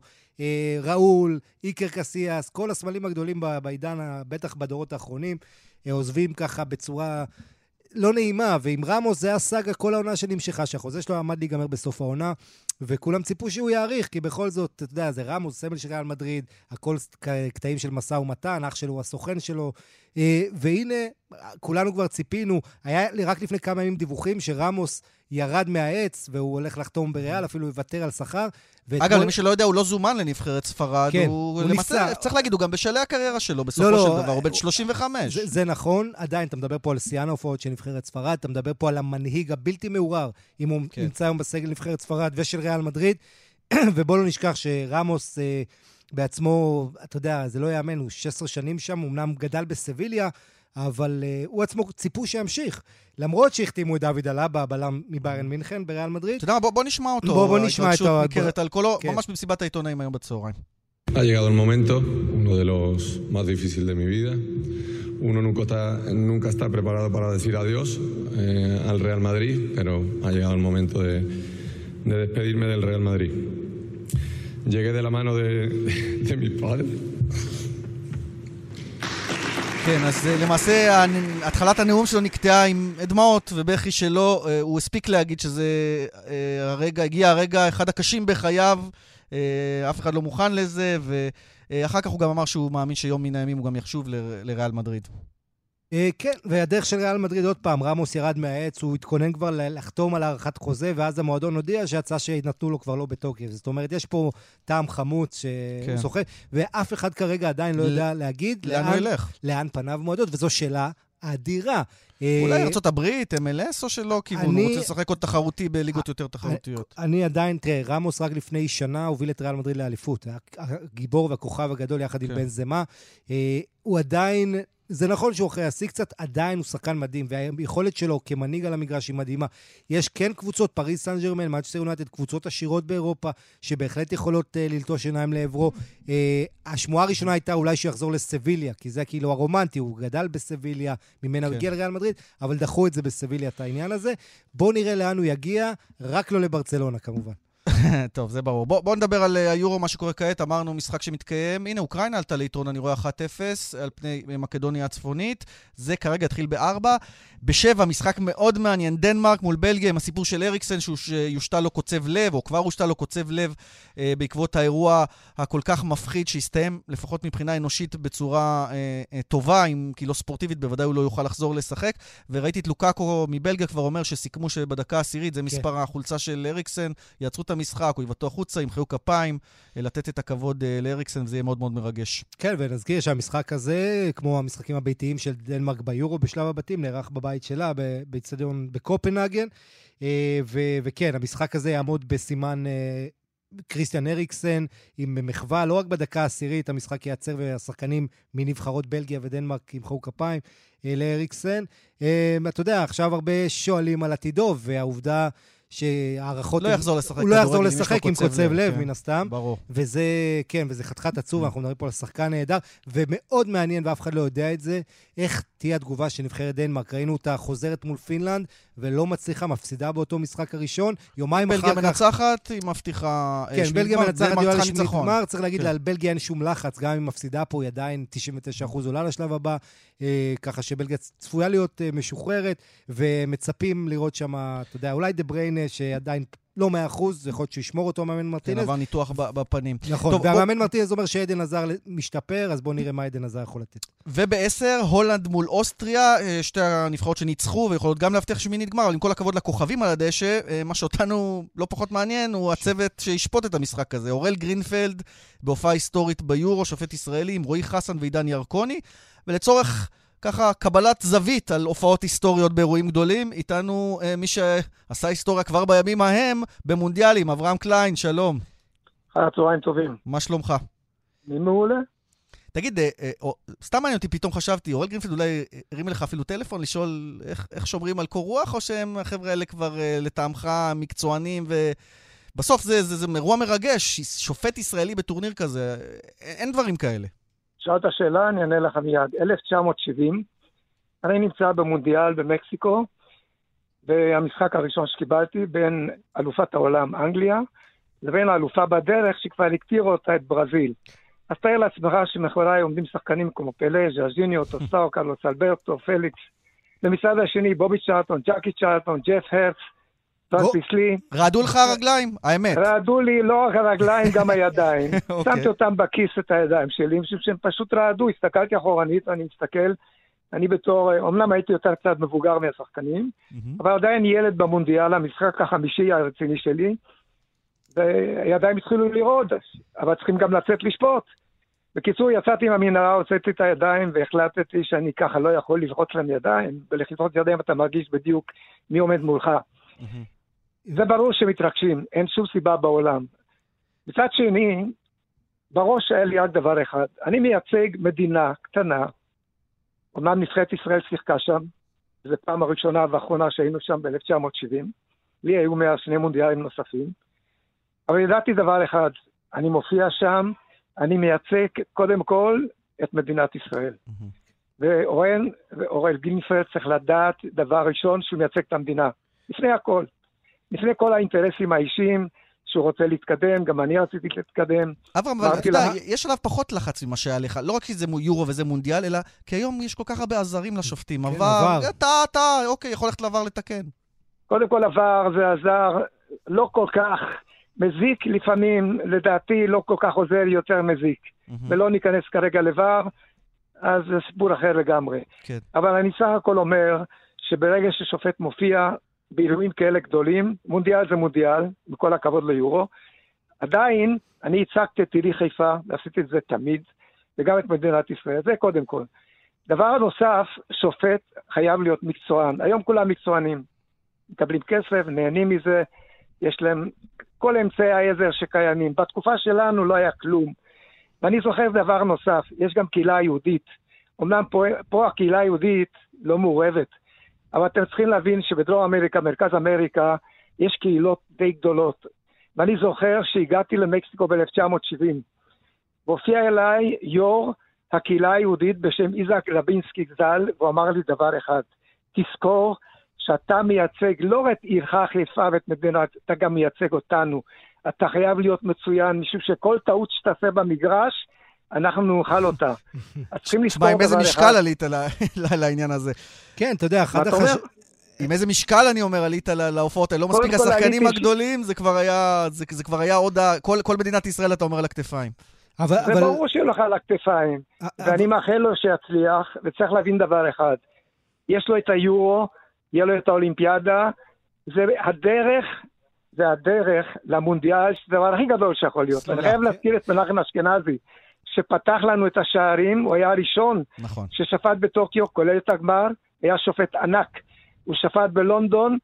ראול, איקר קסיאס, כל הסמלים הגדולים בעידן, בטח בדורות האחרונים, עוזבים ככה בצורה לא נעימה, ועם רמוס זה הסאגה כל העונה שנמשכה, שהחוזה שלו עמד להיגמר בסוף העונה, וכולם ציפו שהוא יאריך, כי בכל זאת, אתה יודע, זה רמוס, סמל של ריאל מדריד, הכל קטעים של מסע ומתן, אח שלו, הסוכן שלו, והנה, כולנו כבר ציפינו, היה רק לפני כמה ימים דיווחים שרמוס ירד מהעץ, והוא הולך לחתום בריאל, אפילו יוותר על שכר. אגב, למי שלא יודע, הוא לא זומן לנבחרת ספרד, הוא ניסה. צריך להגיד, הוא גם בשלהי הקריירה שלו, בסופו של דבר, הוא בן שלושים וחמש. זה נכון, עדיין, אתה מדבר פה על סיאנופורט של נבחרת ספרד, אתה מדבר פה על המנהיג הבלתי מעורר, אם הוא נמצא היום בסגל נבחרת ספרד ושל ריאל מדריד, ובוא לא נשכח שרמוס בעצמו, אתה יודע, זה לא יאמן, הוא שש עשרה שנים שם, הוא אמנם גדל בסביליה, אבל uh, הוא עצמו ציפו שימשיך. למרות שהחתימו את דוד אלאבה, הבלם מביירן מינכן בריאל מדריד. אתה יודע, בוא, בוא נשמע אותו. בוא, בוא נשמע אותו. ניכרת על קולו, כן. ממש במסיבת העיתונאים היום בצהריים. Ha llegado el momento, uno de los más difíciles de mi vida. Uno nunca está, nunca está preparado para decir adiós eh, al Real Madrid, pero ha llegado el momento de, de despedirme del Real Madrid. Llegué de la mano de, de, de mis padres. כן, אז למעשה התחלת הנאום שלו נקטעה עם דמעות ובכי שלו, הוא הספיק להגיד שזה הרגע, הגיע הרגע אחד הקשים בחייו, אף אחד לא מוכן לזה, ואחר כך הוא גם אמר שהוא מאמין שיום מן הימים הוא גם יחשוב לריאל מדריד. כן, והדרך של ריאל מדריד עוד פעם, רמוס ירד מהעץ, הוא התכונן כבר לחתום על הערכת חוזה, ואז המועדון הודיע שהצעה שנתנו לו כבר לא בתוקף. זאת אומרת, יש פה טעם חמוץ שהוא שוחה, ואף אחד כרגע עדיין לא יודע להגיד לאן הוא ילך. לאן פניו מועדות, וזו שאלה אדירה. אולי ארצות הברית, אם אל אס או שלא כיוון? הוא רוצה לשחק עוד תחרותי בליגות יותר תחרותיות. אני עדיין, תראה, רמוס רק לפני שנה הוביל את ריאל מדריד לאליפות. הגיבור והכוכב הגדול יחד עם בן זמה. הוא עדיין... זה נכון שהוא אחרי השיא קצת, עדיין הוא שחקן מדהים, והיכולת שלו כמנהיג על המגרש היא מדהימה. יש כן קבוצות, פריז סן ז'רמן, מנצ'סטר יונייטד, קבוצות עשירות באירופה, שבהחלט יכולות uh, ללטוש עיניים לעברו. Uh, השמועה הראשונה הייתה אולי שיחזור לסביליה, כי זה כאילו הרומנטי, הוא גדל בסביליה, ממנה הוא הגיע לריאל מדריד, אבל דחו את זה בסביליה, את העניין הזה. בואו נראה לאן הוא יגיע, רק לא לברצלונה כמובן. טוב, זה ברור. בוא, בוא נדבר על היורו, מה שקורה כעת. אמרנו משחק שמתקיים. הנה, אוקראינה עלתה ליתרון, אני רואה אחת אפס על פני מקדוניה הצפונית. זה כרגע התחיל בארבע. בשבע, משחק מאוד מעניין. דנמרק מול בלגיה, עם הסיפור של אריקסן, שיושתה לו קוצב לב, או כבר הושתה לו קוצב לב, אה, בעקבות האירוע הכל כך מפחיד, שהסתיים לפחות מבחינה אנושית בצורה אה, אה, טובה, אם כי לא ספורטיבית, בוודאי הוא לא יוכל לחזור לשחק. וראיתי את לוקאקו מבלגיה כבר אומר שסיכמו שבדקה העשירית, זה מספר החולצה של אריקסן, יעצרו את המשחק, הוא יבטו החוצה, ימחאו כפיים, לתת את הכבוד לאריקסן, וזה יהיה מאוד מאוד מרגש. כן, ונזכיר שהמשחק הזה, כמו המשחקים הביתיים של דנמרק ביורו בשלב הבתים, נערך בבית שלה, באצטדיון בקופנהגן, וכן, המשחק הזה יעמוד בסימן קריסטיאן אריקסן, עם מחווה, לא רק בדקה העשירית, המשחק ייעצר, והשחקנים מנבחרות בלגיה ודנמרק ימחאו כפיים לאריקסן. אתה יודע, עכשיו הרבה שואלים על עתידו, והעובדה שהערכות... לא יחזור לשחק. הוא לא יחזור לשחק עם קוצב לב, מן הסתם. ברור. וזה, כן, וזה חתיכת עצוב, אנחנו מדברים פה על שחקן נהדר, ומאוד מעניין, ואף אחד לא יודע את זה, איך תהיה התגובה שנבחרת דנמרק. ראינו אותה חוזרת מול פינלנד, ולא מצליחה, מפסידה באותו משחק הראשון. יומיים אחר כך... בלגיה מנצחת, היא מבטיחה... כן, בלגיה מנצחת, יואל שמיט-גמר, צריך להגיד לה, על בלגיה אין שום לחץ, גם אם מפסידה פה, היא עדיין תשעים ותשעה אחוז עולה לשלב הבא, ככה שבלגיה צפויה להיות משוחררת, ומצפים לראות שם, אתה יודע, אולי דה בריינה שעדיין לא מאה אחוז, זה יכול להיות שישמור אותו מאמן מרטינז. כן, עבר ניתוח בפנים. נכון, והמאמן מרטינז אומר שעדן עזר משתפר, אז בואו נראה מה עדן עזר יכול לתת. ובעשר, הולנד מול אוסטריה, שתי הנבחרות שניצחו, ויכולות גם להבטיח שמינית גמר, אבל עם כל הכבוד לכוכבים על הדשא, מה שאותנו לא פחות מעניין, הוא הצוות שישפוט את המשחק הזה. אורל גרינפלד, בהופעה היסטורית ביורו, שופט ישראלי, עם רועי חסן ועידן ירקוני, ולצורך... ככה, קבלת זווית על הופעות היסטוריות באירועים גדולים. איתנו אה, מי שעשה היסטוריה כבר בימים ההם במונדיאלים, אברהם קליין, שלום. אחר הצהריים טובים. מה שלומך? מי מעולה? תגיד, אה, אה, או, סתם מעניין אותי, פתאום חשבתי, אורל גרינפלד אולי הרים לך אפילו טלפון לשאול איך, איך שומרים על קור רוח, או שהם החבר'ה האלה כבר אה, לטעמך מקצוענים, ובסוף זה, זה, זה אירוע מרגש, שופט ישראלי בטורניר כזה, אין דברים כאלה. שאלת שאלה, אני אענה לך מיד. אלף תשע מאות שבעים, אני נמצא במונדיאל במקסיקו, והמשחק הראשון שקיבלתי בין אלופת העולם אנגליה, לבין האלופה בדרך שכבר הקטירו אותה את ברזיל. אז תאר לעצמך שמאחוריי עומדים שחקנים כמו פלה, ז'רג'יניו, טוסאו, קרלוס אלברטו, פליקס, ומצד השני בובי צ'ארטון, ג'קי צ'ארטון, ג'ף הרץ, רעדו לך הרגליים, האמת. רעדו לי לא רק הרגליים, גם הידיים. שמתי אותם בכיס את הידיים שלי, שהם פשוט רעדו, הסתכלתי אחורנית, אני מסתכל, אני בתור, אמנם הייתי יותר קצת מבוגר מהשחקנים, אבל עדיין ילד במונדיאל, המשחק החמישי הרציני שלי, והידיים התחילו לרעוד, אבל צריכים גם לצאת לשפוט. בקיצור, יצאתי עם המנהרה, הוצאתי את הידיים, והחלטתי שאני ככה לא יכול ללחוץ להם ידיים, וללחוץ ידיים אתה מרגיש בדיוק מי עומד מולך. זה ברור שמתרגשים, אין שום סיבה בעולם. מצד שני, בראש היה לי רק דבר אחד. אני מייצג מדינה קטנה, אומנם נבחרת ישראל שיחקה שם, זו פעם הראשונה והאחרונה שהיינו שם ב-אלף תשע מאות שבעים, לי היו מאה שני מונדיאלים נוספים, אבל ידעתי דבר אחד, אני מופיע שם, אני מייצג קודם כל את מדינת ישראל. ואורן, ואורל גרינפלד צריך לדעת דבר ראשון שהוא מייצג את המדינה. לפני הכל. לפני כל האינטרסים האישיים שהוא רוצה להתקדם, גם אני רציתי להתקדם. אברהם, אבל אתה יודע, יש עליו פחות לחץ ממה שהיה לך, לא רק שזה יורו וזה מונדיאל, אלא כי היום יש כל כך הרבה עזרים לשופטים. עבר, אתה, אתה, אוקיי, יכול ללכת לעבר לתקן. קודם כל עבר זה עזר לא כל כך מזיק, לפעמים לדעתי לא כל כך עוזר, יותר מזיק. ולא ניכנס כרגע לבר, אז זה סיפור אחר לגמרי. אבל אני סך הכל אומר שברגע ששופט מופיע, באירועים כאלה גדולים, מונדיאל זה מונדיאל, בכל הכבוד ליורו, עדיין אני הצגתי את עירי חיפה, ועשיתי את זה תמיד, וגם את מדינת ישראל, זה קודם כל. דבר נוסף, שופט חייב להיות מקצוען. היום כולם מקצוענים. מקבלים כסף, נהנים מזה, יש להם כל אמצעי העזר שקיימים. בתקופה שלנו לא היה כלום. ואני זוכר דבר נוסף, יש גם קהילה יהודית. אמנם פה, פה הקהילה היהודית לא מעורבת, אבל אתם צריכים להבין שבדרום אמריקה, מרכז אמריקה, יש קהילות די גדולות. ואני זוכר שהגעתי למקסיקו ב-אלף תשע מאות שבעים, והופיע אליי יור הקהילה היהודית בשם איזק רבינסקי ז"ל, והוא אמר לי דבר אחד, תזכור שאתה מייצג לא רק עירך חיפה ואת מדינת, אתה גם מייצג אותנו. אתה חייב להיות מצוין, משום שכל טעות שתעשה במגרש, אנחנו נאכל אותה. צריכים לזכור דבר אחד. עם איזה משקל עלית לעניין הזה? כן, אתה יודע, אחד החש... עם איזה משקל אני אומר עלית להופעות האלה? לא מספיק השחקנים הגדולים, זה כבר היה, זה כבר היה עוד, כל מדינת ישראל אתה אומר על הכתפיים. זה ברור שהוא לך על הכתפיים, ואני מאחל לו שיצליח, וצריך להבין דבר אחד. יש לו את היורו, יהיה לו את האולימפיאדה, זה הדרך, זה הדרך למונדיאל, זה הדבר הכי גדול שיכול להיות. אני חייב להזכיר את מנחם אשכנזי, שפתח לנו את השערים, הוא היה הראשון ששפט בטוקיו, כולל את הגמר, היה שופט ענק. הוא שפט בלונדון,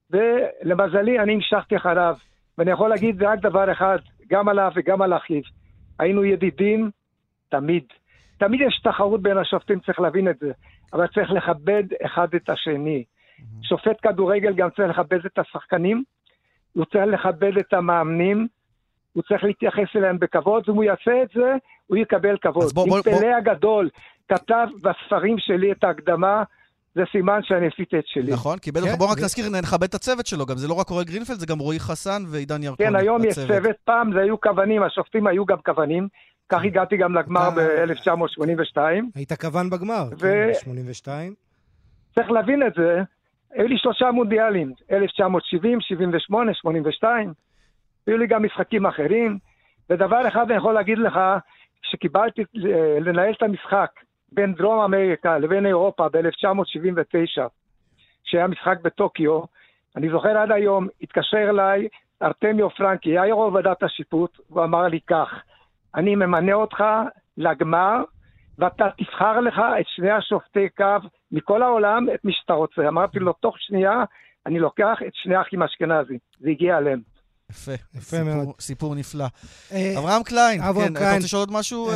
ולמזלי אני המשכתי אחריו. ואני יכול להגיד זה רק דבר אחד, גם עליו וגם על אחיו. היינו ידידים תמיד. תמיד יש תחרות בין השופטים, צריך להבין את זה. אבל צריך לכבד אחד את השני. שופט כדורגל גם צריך לכבד את השחקנים, הוא צריך לכבד את המאמנים, הוא צריך להתייחס אליהם בכבוד, ואם הוא יעשה את זה, הוא יקבל כבוד. אם פלא הגדול כתב בספרים שלי את ההקדמה, זה סימן שאני עשיתי את שלי. נכון, כי בטח בואו רק נזכיר, נכבד את הצוות שלו, גם זה לא רק רועי גרינפלד, זה גם רועי חסן ועידן ירקון. כן, היום יש צוות, פעם זה היו כוונים, השופטים היו גם כוונים, כך הגעתי גם לגמר ב-אלף תשע מאות שמונים ושתיים. היית כוון בגמר, ב-שמונים ושתיים. צריך להבין את זה, היו לי שלושה מונדיאלים, אלף תשע מאות שבעים, שבעים ושמונה, שמונים ושתיים, היו לי גם משחקים אחרים, ודבר אחד אני יכול להגיד לך, שקיבלתי לנהל את המשחק בין דרום אמריקה לבין אירופה ב-אלף תשע מאות שבעים ותשע, שהיה משחק בטוקיו, אני זוכר עד היום, התקשר אליי ארטמיו פרנקי, היה יו"ר ועדת השיפוט, הוא אמר לי כך, אני ממנה אותך לגמר, ואתה תבחר לך את שני השופטי קו מכל העולם, את מי שאתה רוצה. אמרתי לו, תוך שנייה, אני לוקח את שני האחים אשכנזי. זה הגיע עליהם. יפה, יפה מאוד. סיפור נפלא. אברהם קליין, אתה רוצה לשאול עוד משהו?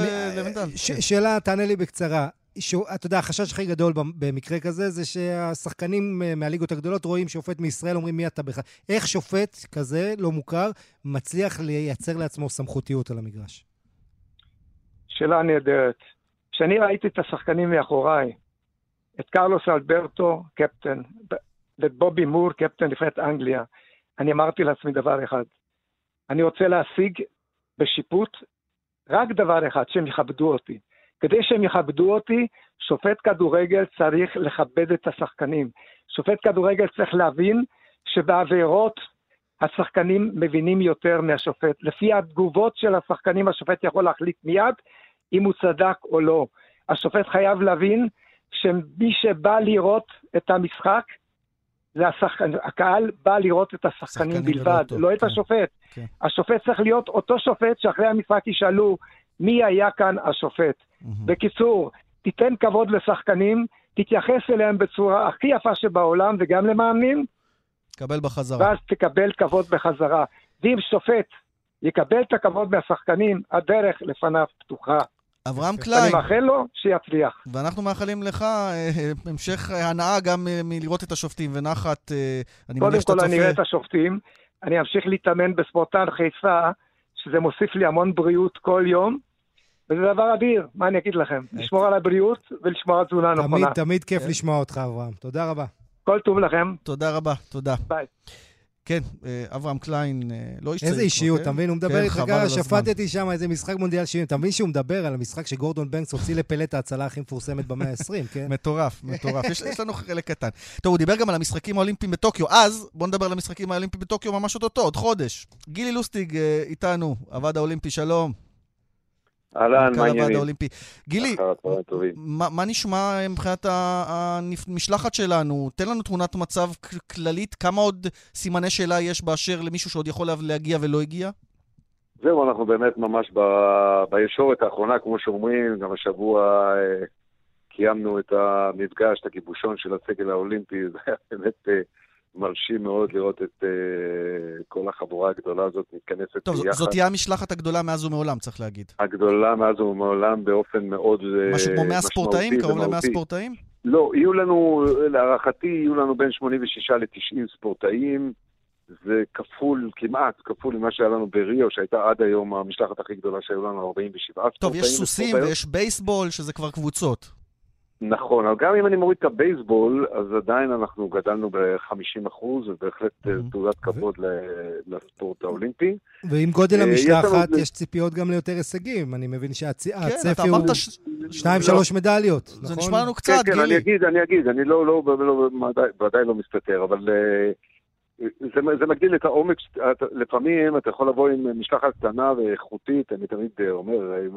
שאלה, תענה לי בקצרה. אתה יודע, החשש הכי גדול במקרה כזה, זה שהשחקנים מהליגות הגדולות רואים שופט מישראל, אומרים מי אתה בכלל. איך שופט כזה, לא מוכר, מצליח לייצר לעצמו סמכותיות על המגרש? שאלה נהדרת. כשאני ראיתי את השחקנים מאחוריי, את קרלוס אלברטו, קפטן, ואת בובי מור, קפטן נבחרת אנגליה, אני אמרתי לעצמי דבר אחד. אני רוצה להשיג בשיפוט רק דבר אחד, שהם יכבדו אותי. כדי שהם יכבדו אותי, שופט כדורגל צריך לכבד את השחקנים. שופט כדורגל צריך להבין שבעבירות השחקנים מבינים יותר מהשופט. לפי התגובות של השחקנים, השופט יכול להחליט מיד אם הוא צדק או לא. השופט חייב להבין שמי שבא לראות את המשחק, זה השחקן, הקהל בא לראות את השחקנים בלבד, לא כן. את השופט. כן. השופט צריך להיות אותו שופט שאחרי המשחק ישאלו מי היה כאן השופט. Mm-hmm. בקיצור, תיתן כבוד לשחקנים, תתייחס אליהם בצורה הכי יפה שבעולם וגם למאמנים. תקבל בחזרה. ואז תקבל כבוד בחזרה. ואם שופט יקבל את הכבוד מהשחקנים, הדרך לפניו פתוחה. אברהם קליין. אני מאחל לו שיצליח. ואנחנו מאחלים לך המשך הנאה גם מלראות את השופטים ונחת. קודם כל אני אראה את השופטים, אני אמשיך להתאמן בספורטן חיפה, שזה מוסיף לי המון בריאות כל יום, וזה דבר אדיר, מה אני אגיד לכם? לשמור על הבריאות ולשמור על תזונה נכונה. תמיד, תמיד כיף לשמוע אותך, אברהם. תודה רבה. כל טוב לכם. תודה רבה, תודה. ביי. כן, אברהם קליין, לא איש צעיר. איזה אישיות, אתה מבין? הוא מדבר איתך ככה, שפטתי שם איזה משחק מונדיאל שבעים. אתה מבין שהוא מדבר על המשחק שגורדון בנקס הוציא לפלט את ההצלה הכי מפורסמת במאה ה-עשרים, כן? מטורף, מטורף. יש לנו חלק קטן. טוב, הוא דיבר גם על המשחקים האולימפיים בטוקיו. אז, בואו נדבר על המשחקים האולימפיים בטוקיו ממש אותו, עוד חודש. גילי לוסטיג איתנו, הוועד האולימפי, שלום. אהלן, מה העניינים? גילי, מה נשמע מבחינת המשלחת שלנו? תן לנו תמונת מצב כללית, כמה עוד סימני שאלה יש באשר למישהו שעוד יכול להגיע ולא הגיע? זהו, אנחנו באמת ממש בישורת האחרונה, כמו שאומרים, גם השבוע קיימנו את המפגש, את הגיבושון של הסגל האולימפי, זה היה באמת מרשים מאוד לראות את כל החבורה הגדולה הזאת מתכנסת טוב, ביחד. זאת תהיה המשלחת הגדולה מאז ומעולם, צריך להגיד. הגדולה מאז ומעולם באופן מאוד משמעותי. משהו כמו מאה ספורטאים? קרוב למאה ספורטאים? לא, יהיו לנו, להערכתי, יהיו לנו בין שמונים ושישה לתשעים ספורטאים, זה כפול, כמעט כפול ממה שהיה לנו בריו, שהייתה עד היום המשלחת הכי גדולה שהיו לנו ארבעים ושבעה ספורטאים. טוב, יש סוסים ויש בייסבול, שזה כבר קבוצות. נכון, אבל גם אם אני מוריד את הבייסבול, אז עדיין אנחנו גדלנו ב-חמישים אחוז, ובהחלט תעודת כבוד לספורט האולימפי. ועם גודל המשלחת יש ציפיות גם ליותר הישגים. אני מבין שהצפי הוא שתיים שלוש מדליות, נכון? זה נשמע לנו קצת, גילי. כן, אני אגיד, אני אגיד, אני לא, ודאי לא מסתתר, אבל זה מגדיל את העומק. לפעמים אתה יכול לבוא עם משלחת קטנה ואיכותית, אני תמיד אומר,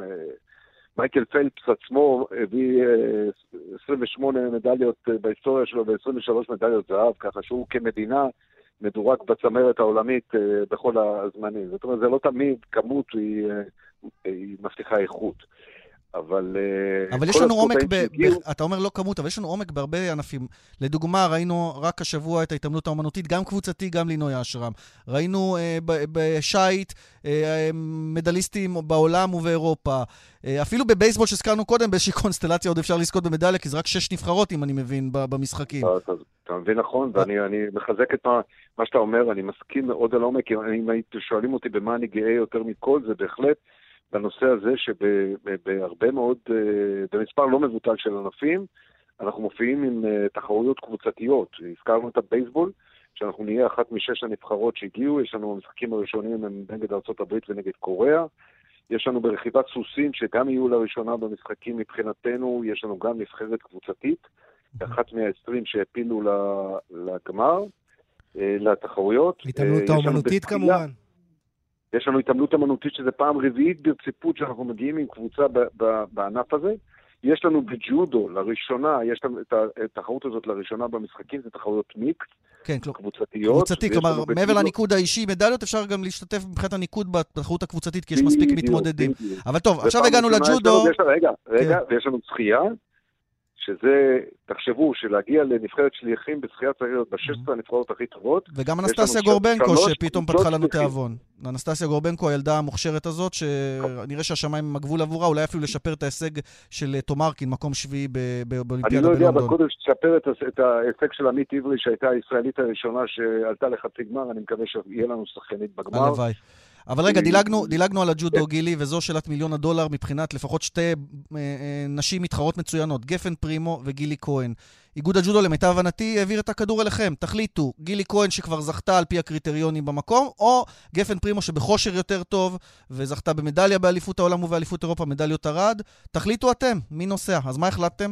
מייקל פלפס עצמו הביא עשרים ושמונה מדליות בהיסטוריה שלו ו-עשרים ושלוש מדליות זהב, ככה שהוא כמדינה מדורג בצמרת העולמית בכל הזמנים. זאת אומרת, זה לא תמיד כמות, היא, היא מבטיחה איכות. אבל... אבל יש לנו עומק, ב... ב... אתה אומר לא כמות, אבל יש לנו עומק בהרבה ענפים. לדוגמה, ראינו רק השבוע את ההתאמנות האומנותית, גם קבוצתי, גם לינוי אשרם. ראינו אה, בשייט אה, מדליסטים בעולם ובאירופה. אה, אפילו בבייסבול שהזכרנו קודם, באיזושהי קונסטלציה עוד אפשר לזכות במדליה, כי זה רק שש נבחרות, אם אני מבין, במשחקים. אתה, אתה מבין נכון, ואני אני מחזק את מה, מה שאתה אומר, אני מסכים מאוד על עומק, אם הייתם שואלים אותי במה אני גאה יותר מכל, זה בהחלט בנושא הזה שבהרבה מאוד, במספר לא מבוטל של ענפים, אנחנו מופיעים עם תחרויות קבוצתיות. הזכרנו את הבייסבול, שאנחנו נהיה אחת משש הנבחרות שהגיעו, יש לנו המשחקים הראשונים הם נגד ארצות הברית ונגד קוריאה, יש לנו ברכיבת סוסים שגם יהיו לראשונה במשחקים מבחינתנו, יש לנו גם נבחרת קבוצתית, אחת מה-עשרים שהפילו לגמר, לתחרויות. התאמנות האומנותית כמובן. יש לנו התאמנות אמנותית שזה פעם רביעית ברציפות שאנחנו מגיעים עם קבוצה בענף הזה. יש לנו בג'ודו, לראשונה, יש לנו את התחרות הזאת לראשונה במשחקים, זה תחרויות מיקס, כן, קבוצתיות. קבוצתי, כלומר, מעבר לניקוד האישי, מדליות אפשר גם להשתתף מבחינת הניקוד בתחרות הקבוצתית, כי יש מספיק מתמודדים. אבל טוב, עכשיו הגענו לג'ודו. רגע, רגע, ויש לנו שחייה, שזה, תחשבו, שלהגיע לנבחרת שליחים בשחיית צעירות ב-שש עשרה הנבחרות הכי טובות. וגם אנסטסיה גורבנקו, שפתאום פתחה לנו תיאבון. אנסטסיה גורבנקו, הילדה המוכשרת הזאת, שנראה שהשמיים הגבול עבורה, אולי אפילו לשפר את ההישג של תומרקין, מקום שביעי באולימפיאדה בלונדון. אני לא יודע, אבל קודם שתשפר את ההישג של עמית עברי, שהייתה הישראלית הראשונה שעלתה לחצי גמר, אני מקווה שיהיה לנו שחקנית בגמר. הלוואי. אבל רגע, דילגנו, דילגנו על הג'ודו, גילי, וזו שאלת מיליון הדולר מבחינת לפחות שתי אה, אה, נשים מתחרות מצוינות, גפן פרימו וגילי כהן. איגוד הג'ודו למיטב הבנתי העביר את הכדור אליכם. תחליטו, גילי כהן שכבר זכתה על פי הקריטריונים במקום, או גפן פרימו שבכושר יותר טוב וזכתה במדליה באליפות העולם ובאליפות אירופה, מדליות ארד. תחליטו אתם, מי נוסע? אז מה החלטתם?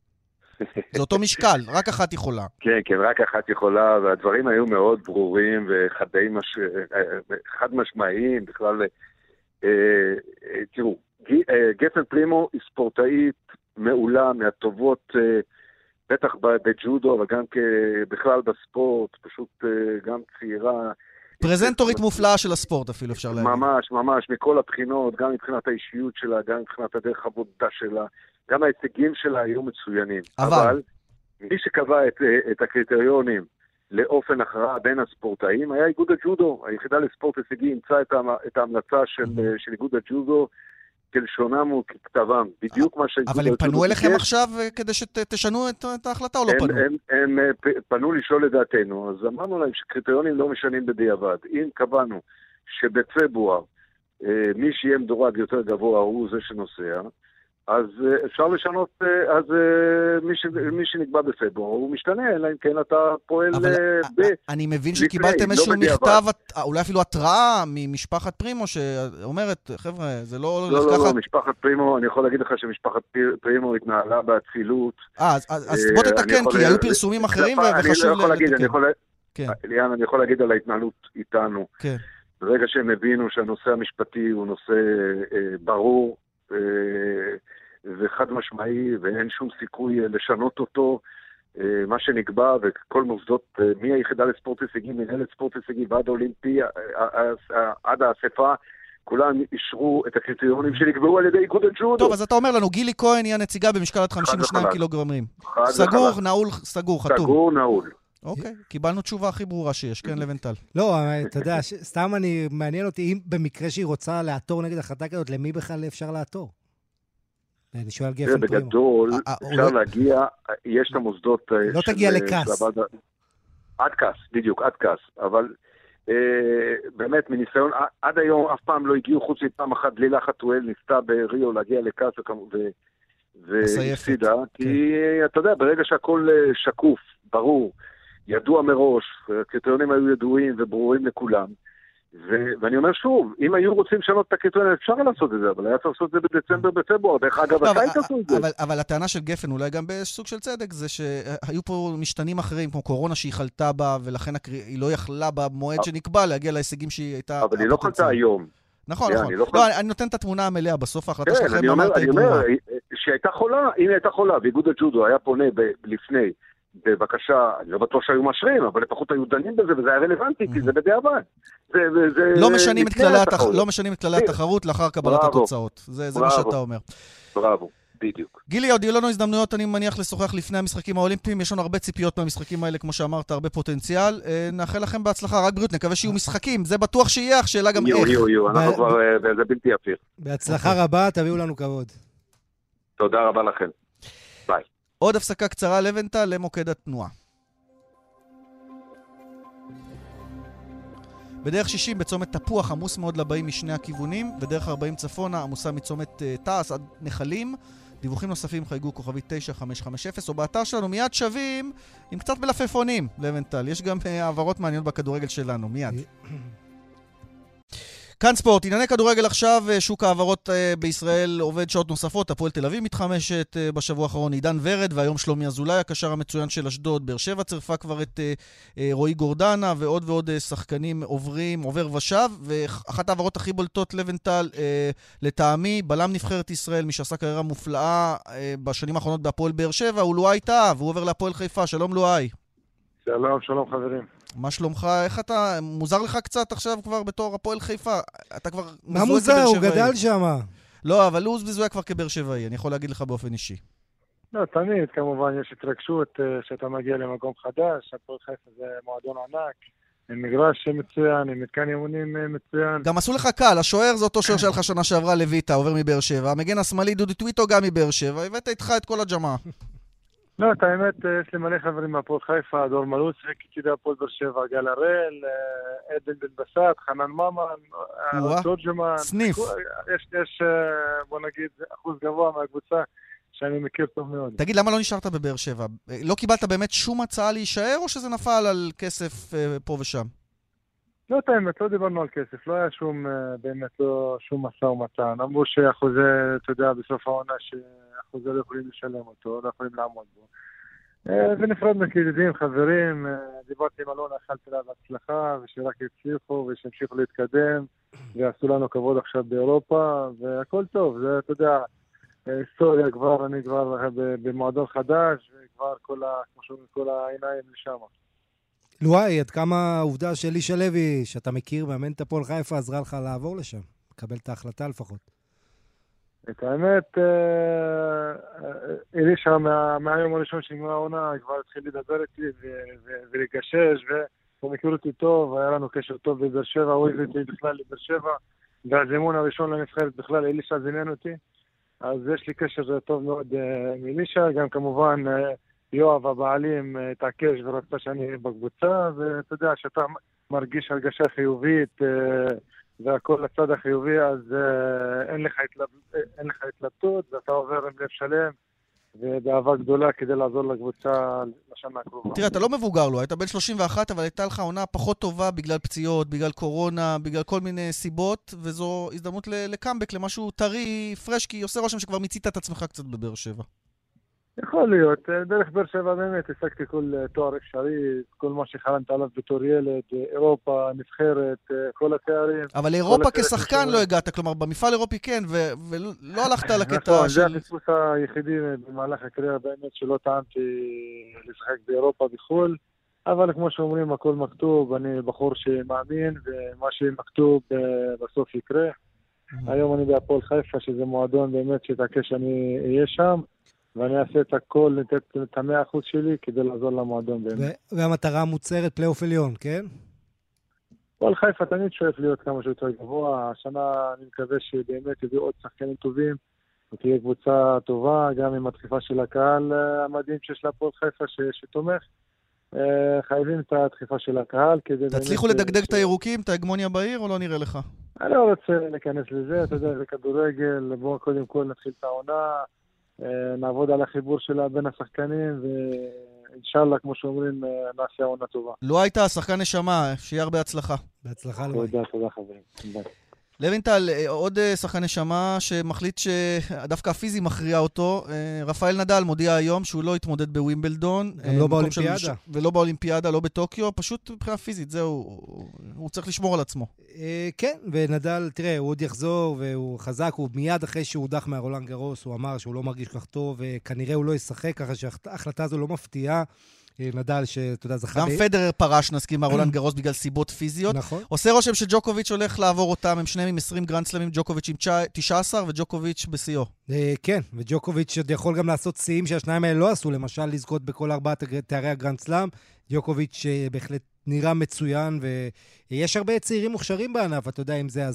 זה אותו משקל, רק אחת יכולה. כן, כן, רק אחת יכולה, והדברים היו מאוד ברורים וחדי מש... חד משמעיים, בכלל, אה, תראו, גפן פרימו היא ספורטאית מעולה, מהטובות, אה, בטח בג'ודו, אבל גם בכלל בספורט, פשוט אה, גם צעירה. פרזנטורית מופלאה של הספורט אפילו, אפשר להגיד. ממש, ממש, מכל הבחינות, גם מבחינת האישיות שלה, גם מבחינת הדרך עבודה שלה, גם ההישגים שלה היו מצוינים. אבל, אבל מי שקבע את, את הקריטריונים לאופן הכרעה בין הספורטאים היה איגוד הג'ודו. היחידה לספורט הישגי אימצה את, את ההמלצה של, mm-hmm. של איגוד הג'ודו כלשונם וככתבם. בדיוק מה שאיגוד הג'ודו... אבל הם פנו אליכם עכשיו כדי שתשנו את, את ההחלטה או לא הם, פנו? הם, הם, הם פנו לשאול לדעתנו, אז אמרנו להם שקריטריונים לא משנים בדיעבד. אם קבענו שבפברואר מי שיהיה מדורג יותר גבוה הוא זה שנוסע, אז אפשר לשנות, אז מי, ש, מי שנקבע בפברואר הוא משתנה, אלא אם כן אתה פועל ב... אני מבין שקיבלתם איזשהו מכתב, אולי אפילו התראה ממשפחת פרימו שאומרת, חבר'ה, זה לא... לא, לא, לא, משפחת פרימו, אני יכול להגיד לך שמשפחת פרימו התנהלה באצילות. אז בוא תתקן, כי היו פרסומים אחרים וחשוב לתקן. ליאן, אני יכול להגיד על ההתנהלות איתנו. ברגע שהם הבינו שהנושא המשפטי הוא נושא ברור, וחד משמעי, ואין שום סיכוי לשנות אותו, מה שנקבע, וכל מוסדות, מהיחידה לספורט הישגי, מנהלת ספורט הישגי ועד האולימפי, עד האספה, כולם אישרו את הקריטריונים שנקבעו על ידי איגוד הג'ודו. טוב, אז אתה אומר לנו, גילי כהן היא הנציגה במשקל עד חמישים ושניים קילוגרמים. סגור, נעול, סגור, חתום. סגור, נעול. אוקיי, קיבלנו תשובה הכי ברורה שיש, כן, לבנטל. לא, אתה יודע, סתם אני, מעניין אותי, אם במקרה שהיא רוצה לעתור נגד החלטה כזאת, למי בכלל אפשר לעתור? אני שואל גפן פרימו. בגדול, אפשר להגיע, יש את המוסדות... לא תגיע לקס. עד קס, בדיוק, עד קס, אבל באמת מניסיון, עד היום אף פעם לא הגיעו חוץ מפעם אחת, לילה חתואל ניסתה בריו להגיע לקס והפסידה, כי אתה יודע, ברגע שהכל שקוף, ברור, ידוע מראש, הקריטריונים היו ידועים וברורים לכולם, ו- ואני אומר שוב, אם היו רוצים לשנות את הקריטריונים, אפשר לעשות את זה, אבל היה צריך לעשות את זה בדצמבר, בפברואר, דרך אגב, אתה תעשו את זה. אבל, אבל הטענה של גפן, אולי גם בסוג של צדק, זה שהיו פה משתנים אחרים, כמו קורונה שהיא חלתה בה, ולכן היא לא יכלה במועד שנקבע להגיע להישגים שהיא הייתה... אבל היא לא חלתה היום. נכון, נכון. לא, אני נותן את התמונה המלאה, בסוף ההחלטה שלכם אני אומר, אני אומר, שהיא הייתה חולה, אם היא הייתה חולה, ואיגוד הג'ודו היה פונה לפני, בבקשה, אני לא בטוח שהיו מאשרים, אבל לפחות היו דנים בזה, וזה היה רלוונטי, כי זה בדיעבד. לא משנים את כללי התחרות לאחר קבלת התוצאות. זה מה שאתה אומר. בראבו, בדיוק. גילי, עוד יהיו לנו הזדמנויות, אני מניח לשוחח לפני המשחקים האולימפיים, יש לנו הרבה ציפיות מהמשחקים האלה, כמו שאמרת, הרבה פוטנציאל. נאחל לכם בהצלחה, רק בריאות, נקווה שיהיו משחקים, זה בטוח שיהיה, אך שאלה גם איך. יהיו, יהיו, יהיו, אנחנו כבר, זה בלתי הפיך. בהצלחה רבה, תביאו לנו כבוד. תודה רבה לכם. ביי. עוד הפסקה קצרה לבנטל למוקד התנועה. בדרך שישים בצומת תפוח עמוס מאוד לבאים משני הכיוונים, ודרך ארבעים צפונה עמוסה מצומת תעש עד נחלים. דיווחים נוספים חייגו כוכבית תשע חמש חמש אפס, או באתר שלנו מיד שווים עם קצת מלפפונים, לבנטל. יש גם העברות מעניינות בכדורגל שלנו, מיד. כאן ספורט, ענייני כדורגל עכשיו, שוק העברות בישראל עובד שעות נוספות, הפועל תל אביב מתחמשת בשבוע האחרון, עידן ורד, והיום שלומי אזולאי, הקשר המצוין של אשדוד, באר שבע צירפה כבר את רועי גורדנה, ועוד ועוד שחקנים עוברים, עובר ושב, ואחת העברות הכי בולטות לבנטל, לטעמי, בלם נבחרת ישראל, מי שעשה קריירה מופלאה בשנים האחרונות בהפועל באר שבע, הוא לואי טאה, והוא עובר להפועל חיפה, שלום לואי. שלום, שלום חברים. מה שלומך? איך אתה... מוזר לך קצת עכשיו כבר בתור הפועל חיפה? אתה כבר... מה מוזר? הוא גדל שם. לא, אבל הוא מזוהה כבר כבאר שבעי, אני יכול להגיד לך באופן אישי. לא, תמיד, כמובן, יש התרגשות שאתה מגיע למקום חדש, הפועל חיפה זה מועדון ענק, עם מגרש מצוין, עם מתקן אימונים מצוין. גם עשו לך קל, השוער זה אותו שוער שלך שנה שעברה לויטה, עובר מבאר שבע, המגן השמאלי דודי טוויטו גם מבאר שבע, הבאת איתך את כל הג'מה. לא, את האמת, יש לי מלא חברים מהפועל חיפה, דור מלוץ, וקיצידה הפועל באר שבע, גל הראל, עדן בן בסט, חנן ממן, תורג'מן. סניף. יש, יש, בוא נגיד, אחוז גבוה מהקבוצה שאני מכיר טוב מאוד. תגיד, למה לא נשארת בבאר שבע? לא קיבלת באמת שום הצעה להישאר, או שזה נפל על כסף פה ושם? לא, את האמת, לא דיברנו על כסף, לא היה שום, באמת לא, שום משא ומתן. אמרו שאחוזי, אתה יודע, בסוף העונה ש... אחוזי לא יכולים לשלם אותו, לא יכולים לעמוד בו. ונפרדנו כידידים, חברים, דיברתי עם אלונה, אכלתי לה בהצלחה, ושרק יצליחו ושהמשיכו להתקדם, ועשו לנו כבוד עכשיו באירופה, והכל טוב, זה, אתה יודע, היסטוריה כבר, אני כבר במועדון חדש, וכבר כל, ה, כמו שאומרים, כל העיניים לשם. לואי, עד כמה העובדה של אלישע לוי, שאתה מכיר, מאמן את הפועל חיפה, עזרה לך לעבור לשם? לקבל את ההחלטה לפחות. את האמת, אלישע מהיום הראשון שנגמר העונה, כבר התחיל לדבר איתי ולגשש, והוא מכיר אותי טוב, היה לנו קשר טוב בבאר שבע, הוא הביא אותי בכלל לבאר שבע, והזימון הראשון לנבחרת בכלל, אלישע זימן אותי, אז יש לי קשר טוב מאוד עם אלישע, גם כמובן יואב הבעלים התעקש ורצה שאני אהיה בקבוצה, ואתה יודע שאתה מרגיש הרגשה חיובית, והכל לצד החיובי, אז אה, אין לך, התלב... אין לך התלבטות, ואתה עובר עם לב שלם, ובאהבה גדולה כדי לעזור לקבוצה לשנה הקרובה. תראה, אתה לא מבוגר לו, היית בן שלושים ואחת, אבל הייתה לך עונה פחות טובה בגלל פציעות, בגלל קורונה, בגלל כל מיני סיבות, וזו הזדמנות לקאמבק, למשהו טרי, פרש, כי עושה רושם שכבר מיצית את עצמך קצת בבאר שבע. יכול להיות, דרך באר שבע באמת השגתי כל תואר אפשרי, כל מה שחלמת עליו בתור ילד, אירופה, נבחרת, כל התארים. אבל אירופה כשחקן לא הגעת, כלומר במפעל אירופי כן, ולא הלכת על הקטע של... נכון, זה הפספוס היחידי במהלך הקריירה באמת שלא טעמתי לשחק באירופה בחו"ל, אבל כמו שאומרים, הכל מכתוב, אני בחור שמאמין, ומה שמכתוב בסוף יקרה. היום אני בהפועל חיפה, שזה מועדון באמת שהתעקש שאני אהיה שם, ואני אעשה את הכל, לתת את המאה אחוז שלי כדי לעזור למועדון באמת. והמטרה מוצרת פלייאוף עליון, כן? הפועל חיפה תמיד שואף להיות כמה שיותר גבוה. השנה אני מקווה שבאמת יביאו עוד שחקנים טובים, ותהיה קבוצה טובה, גם עם הדחיפה של הקהל המדהים שיש להפועל חיפה שתומך. חייבים את הדחיפה של הקהל כדי... תצליחו לדגדג את הירוקים, את ההגמוניה בעיר, או לא נראה לך? אני לא רוצה להיכנס לזה, אתה יודע, זה כדורגל, בואו קודם כל נתחיל את העונה, נעבוד על החיבור שלה בין השחקנים, ואינשאללה, כמו שאומרים, נעשה העונה טובה. לא הייתה, שחקן נשמה, שיהיה הרבה הצלחה. בהצלחה. תודה, תודה חברים. ביי. לוינטל, עוד שחקן נשמה שמחליט שדווקא הפיזי מכריע אותו. רפאל נדל מודיע היום שהוא לא יתמודד בווימבלדון. גם לא באולימפיאדה. ולא באולימפיאדה, לא בטוקיו, פשוט מבחינה פיזית, זהו, הוא צריך לשמור על עצמו. כן, ונדל, תראה, הוא עוד יחזור והוא חזק, הוא מיד אחרי שהוא הודח מהרולנד גרוס, הוא אמר שהוא לא מרגיש כך טוב, וכנראה הוא לא ישחק, ככה שההחלטה הזו לא מפתיעה. נדל, שאתה יודע, זכה... גם פדרר פרש, נסכים, מהרולנד גרוס בגלל סיבות פיזיות. נכון. עושה רושם שג'וקוביץ' הולך לעבור אותם, הם שניהם עם עשרים גרנד סלמים, ג'וקוביץ' עם תשע עשרה וג'וקוביץ' בשיאו. כן, וג'וקוביץ' עוד יכול גם לעשות שיאים שהשניים האלה לא עשו, למשל לזכות בכל ארבעת תארי הגרנד סלאם. ג'וקוביץ' בהחלט נראה מצוין, ויש הרבה צעירים מוכשרים בענף, אתה יודע, אם זה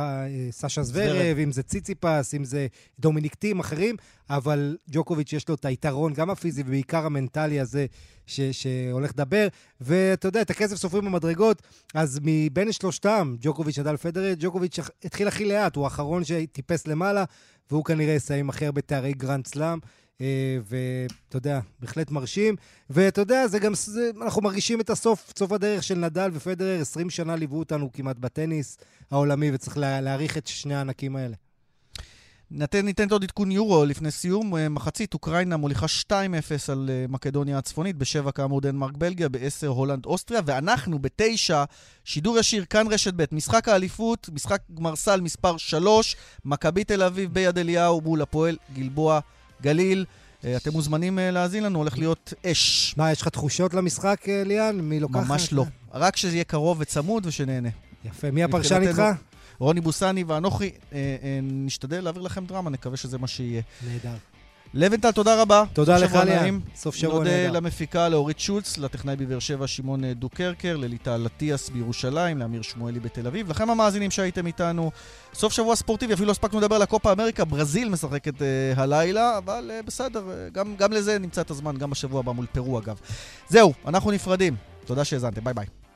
סשה זוורב, אם זה ציציפס, אם זה דומיניק טים, אחרים, אבל ג'וקוביץ' יש לו את היתרון, גם הפיזי ובעיקר המנטלי הזה ש- שהולך לדבר, ואתה יודע, את הכסף סופרים במדרגות, אז מבין שלושתם, ג'וקוביץ', נדל, פדרר, ג'וקוביץ' התחיל הכי לאט, הוא האחרון שטיפס למעלה, והוא כנראה יסיים אחר בתארי גרנד סלאם, ואתה יודע, בהחלט מרשים, ואתה יודע, זה גם, זה, אנחנו מרגישים את הסוף, סוף הדרך של נדל ופדרר, עשרים שנה ליוו אותנו כמעט בטניס העולמי, וצריך לה, להעריך את שני הענקים האלה. ניתן, ניתן עוד עדכון יורו לפני סיום, מחצית אוקראינה מוליכה שתיים אפס על מקדוניה הצפונית, בשבע כאמור דנמרק בלגיה, בעשר הולנד אוסטריה, ואנחנו בתשע, שידור ישיר, כאן רשת ב', משחק האליפות, משחק גמרסל מספר שלוש, מכבי תל אביב ביד אליהו מול הפועל גלבוע גליל. אתם מוזמנים להאזין לנו, הולך להיות אש. מה, יש לך תחושות למשחק, ליאן? מי לוקח? ממש לא. רק שזה יהיה קרוב וצמוד ושנהנה. יפה. מי הפרשן איתך? רוני בוסני ואנוכי. נשתדל להעביר לכם דרמה, נקווה שזה מה שיהיה. נהדר. לוינטל, תודה רבה. תודה לך, ליאן. סוף שבוע נהדר. נודה למפיקה, לאורית שולץ, לטכנאי בבאר שבע, שמעון דוקרקר, לליטה לטיאס בירושלים, לאמיר שמואלי בתל אביב. לכם המאזינים שהייתם איתנו, סוף שבוע ספורטיבי, אפילו לא הספקנו לדבר על הקופה אמריקה, ברזיל משחקת uh, הלילה, אבל uh, בסדר, uh, גם, גם לזה נמצא את הזמן, גם בשבוע הבא מול פרו אגב. זהו, אנחנו נפרדים. תודה שהזנתם, ביי ביי.